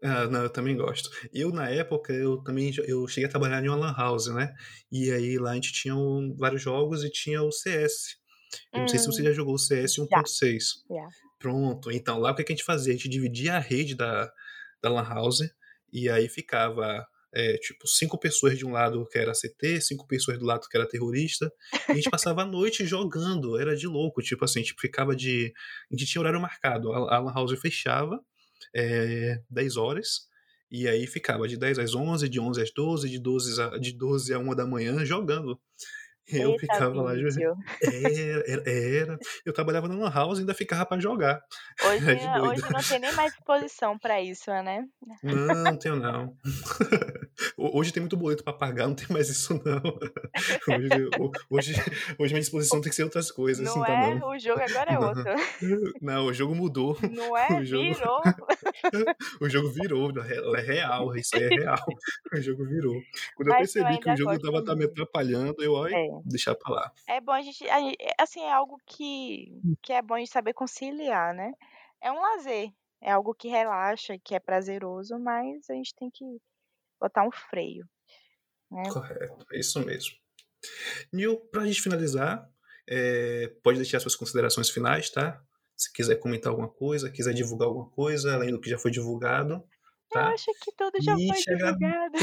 Ah, não, eu também gosto. Eu, na época, eu também já- eu cheguei a trabalhar em uma lan house, né? E aí lá a gente tinha um- vários jogos e tinha o C S. Eu não sei se você Hum, já jogou o C S já, um ponto seis. já. Pronto. Então, lá o que que a gente fazia? A gente dividia a rede da, da lan house e aí ficava, é, tipo, cinco pessoas de um lado que era C T, cinco pessoas do lado que era terrorista, e a gente passava a noite jogando. Era de louco. Tipo assim, a gente ficava de... A gente tinha horário marcado. A, a lan house fechava é, dez horas, e aí ficava de dez às onze, de onze às doze, de doze a, de doze a uma da manhã jogando. Eu Eita ficava lá, jo- vídeo. era, era, era. Eu trabalhava numa house e ainda ficava pra jogar. Hoje, Era de doido. hoje não tem nem mais disposição pra isso, né? Não, não tenho não. Ho- Hoje tem muito boleto pra pagar, não tem mais isso não. Hoje, ho- hoje, hoje minha disposição tem que ser outras coisas, não Não tá é? não. O jogo agora é outro. Não, não, o jogo mudou. Não é? O jogo, Virou. o jogo virou, é real, isso aí é real. O jogo virou. Quando eu Mas eu percebi que o ainda jogo gosto tava tá me muito. atrapalhando, eu, olha, É. deixar pra lá. É bom a gente, a gen assim, é algo que que é bom a gente saber conciliar, né. É um lazer, é algo que relaxa, que é prazeroso, mas a gente tem que botar um freio, né. Correto, é isso mesmo. Nil, pra gente finalizar, é, pode deixar suas considerações finais, tá? Se quiser comentar alguma coisa, quiser divulgar alguma coisa, além do que já foi divulgado, Eu tá? acho que tudo já E foi te, agra- divulgado.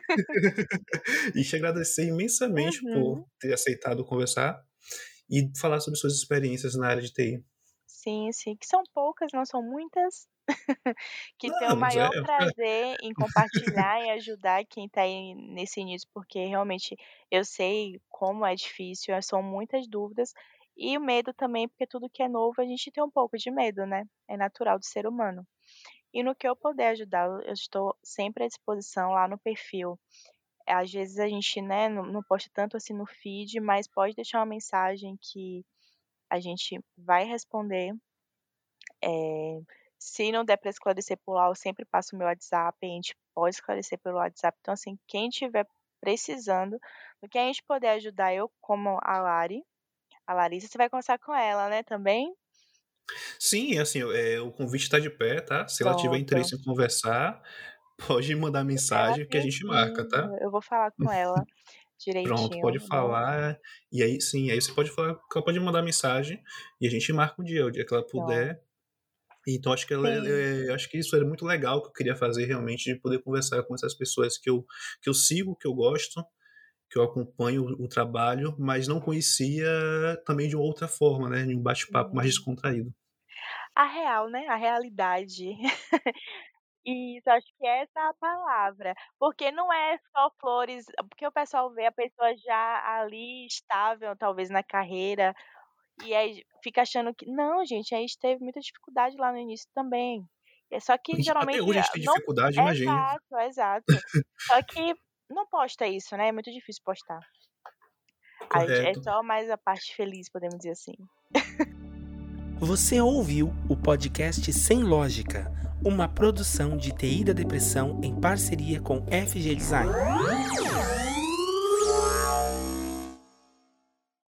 e te agradecer imensamente por Uhum. ter aceitado conversar e falar sobre suas experiências na área de T I. Sim, sim, que são poucas, não são muitas, que tenho o Não, mas é, maior prazer em compartilhar e ajudar quem está aí nesse início, porque realmente eu sei como é difícil, eh, são muitas dúvidas, e o medo também, porque tudo que é novo a gente tem um pouco de medo, né, é natural do ser humano. E no que eu puder ajudar, eu eu estou sempre à disposição lá no perfil. Às vezes a gente, né, não não posta tanto assim no feed, mas pode deixar uma mensagem que a gente vai responder. Eh, Se não der para esclarecer por lá, eu sempre passo o meu WhatsApp, a gente pode esclarecer pelo WhatsApp. Então, assim, quem estiver precisando, do que a gente puder ajudar, eu como a Lari, a Larissa, você vai conversar com ela, né, também? sim, assim, é, o convite está de pé, tá? Se ela tiver Pronto. interesse em conversar, pode mandar Ela mensagem que a gente marca, precisa, tá? eu vou falar com ela Pronto, direitinho, pode né. falar. E aí sim, aí você pode falar, ela pode mandar mensagem e a gente marca um dia, o dia que ela Pronto. puder. Então acho que ela, Sim. é, é, acho que isso era muito legal que eu queria fazer realmente, de poder conversar com essas pessoas que eu, que eu sigo, que eu gosto, que eu acompanho o, o trabalho, mas não conhecia também de uma outra forma, né? De um bate-papo mais Sim. descontraído. A real, né, a realidade. Isso, acho que essa é a palavra, porque não é só flores, porque o pessoal vê a pessoa já ali estável, talvez na carreira, e aí fica achando que não, gente, a gente teve muita dificuldade lá no início também. É só que Até geralmente hoje a gente tem não, dificuldade, imagine. exato, exato. Só que não posta isso, né, é muito difícil postar. A gente é Correto. só mais a parte feliz, podemos dizer assim. Você ouviu o podcast Sem Lógica, uma produção de T I da Depressão em parceria com F G Design.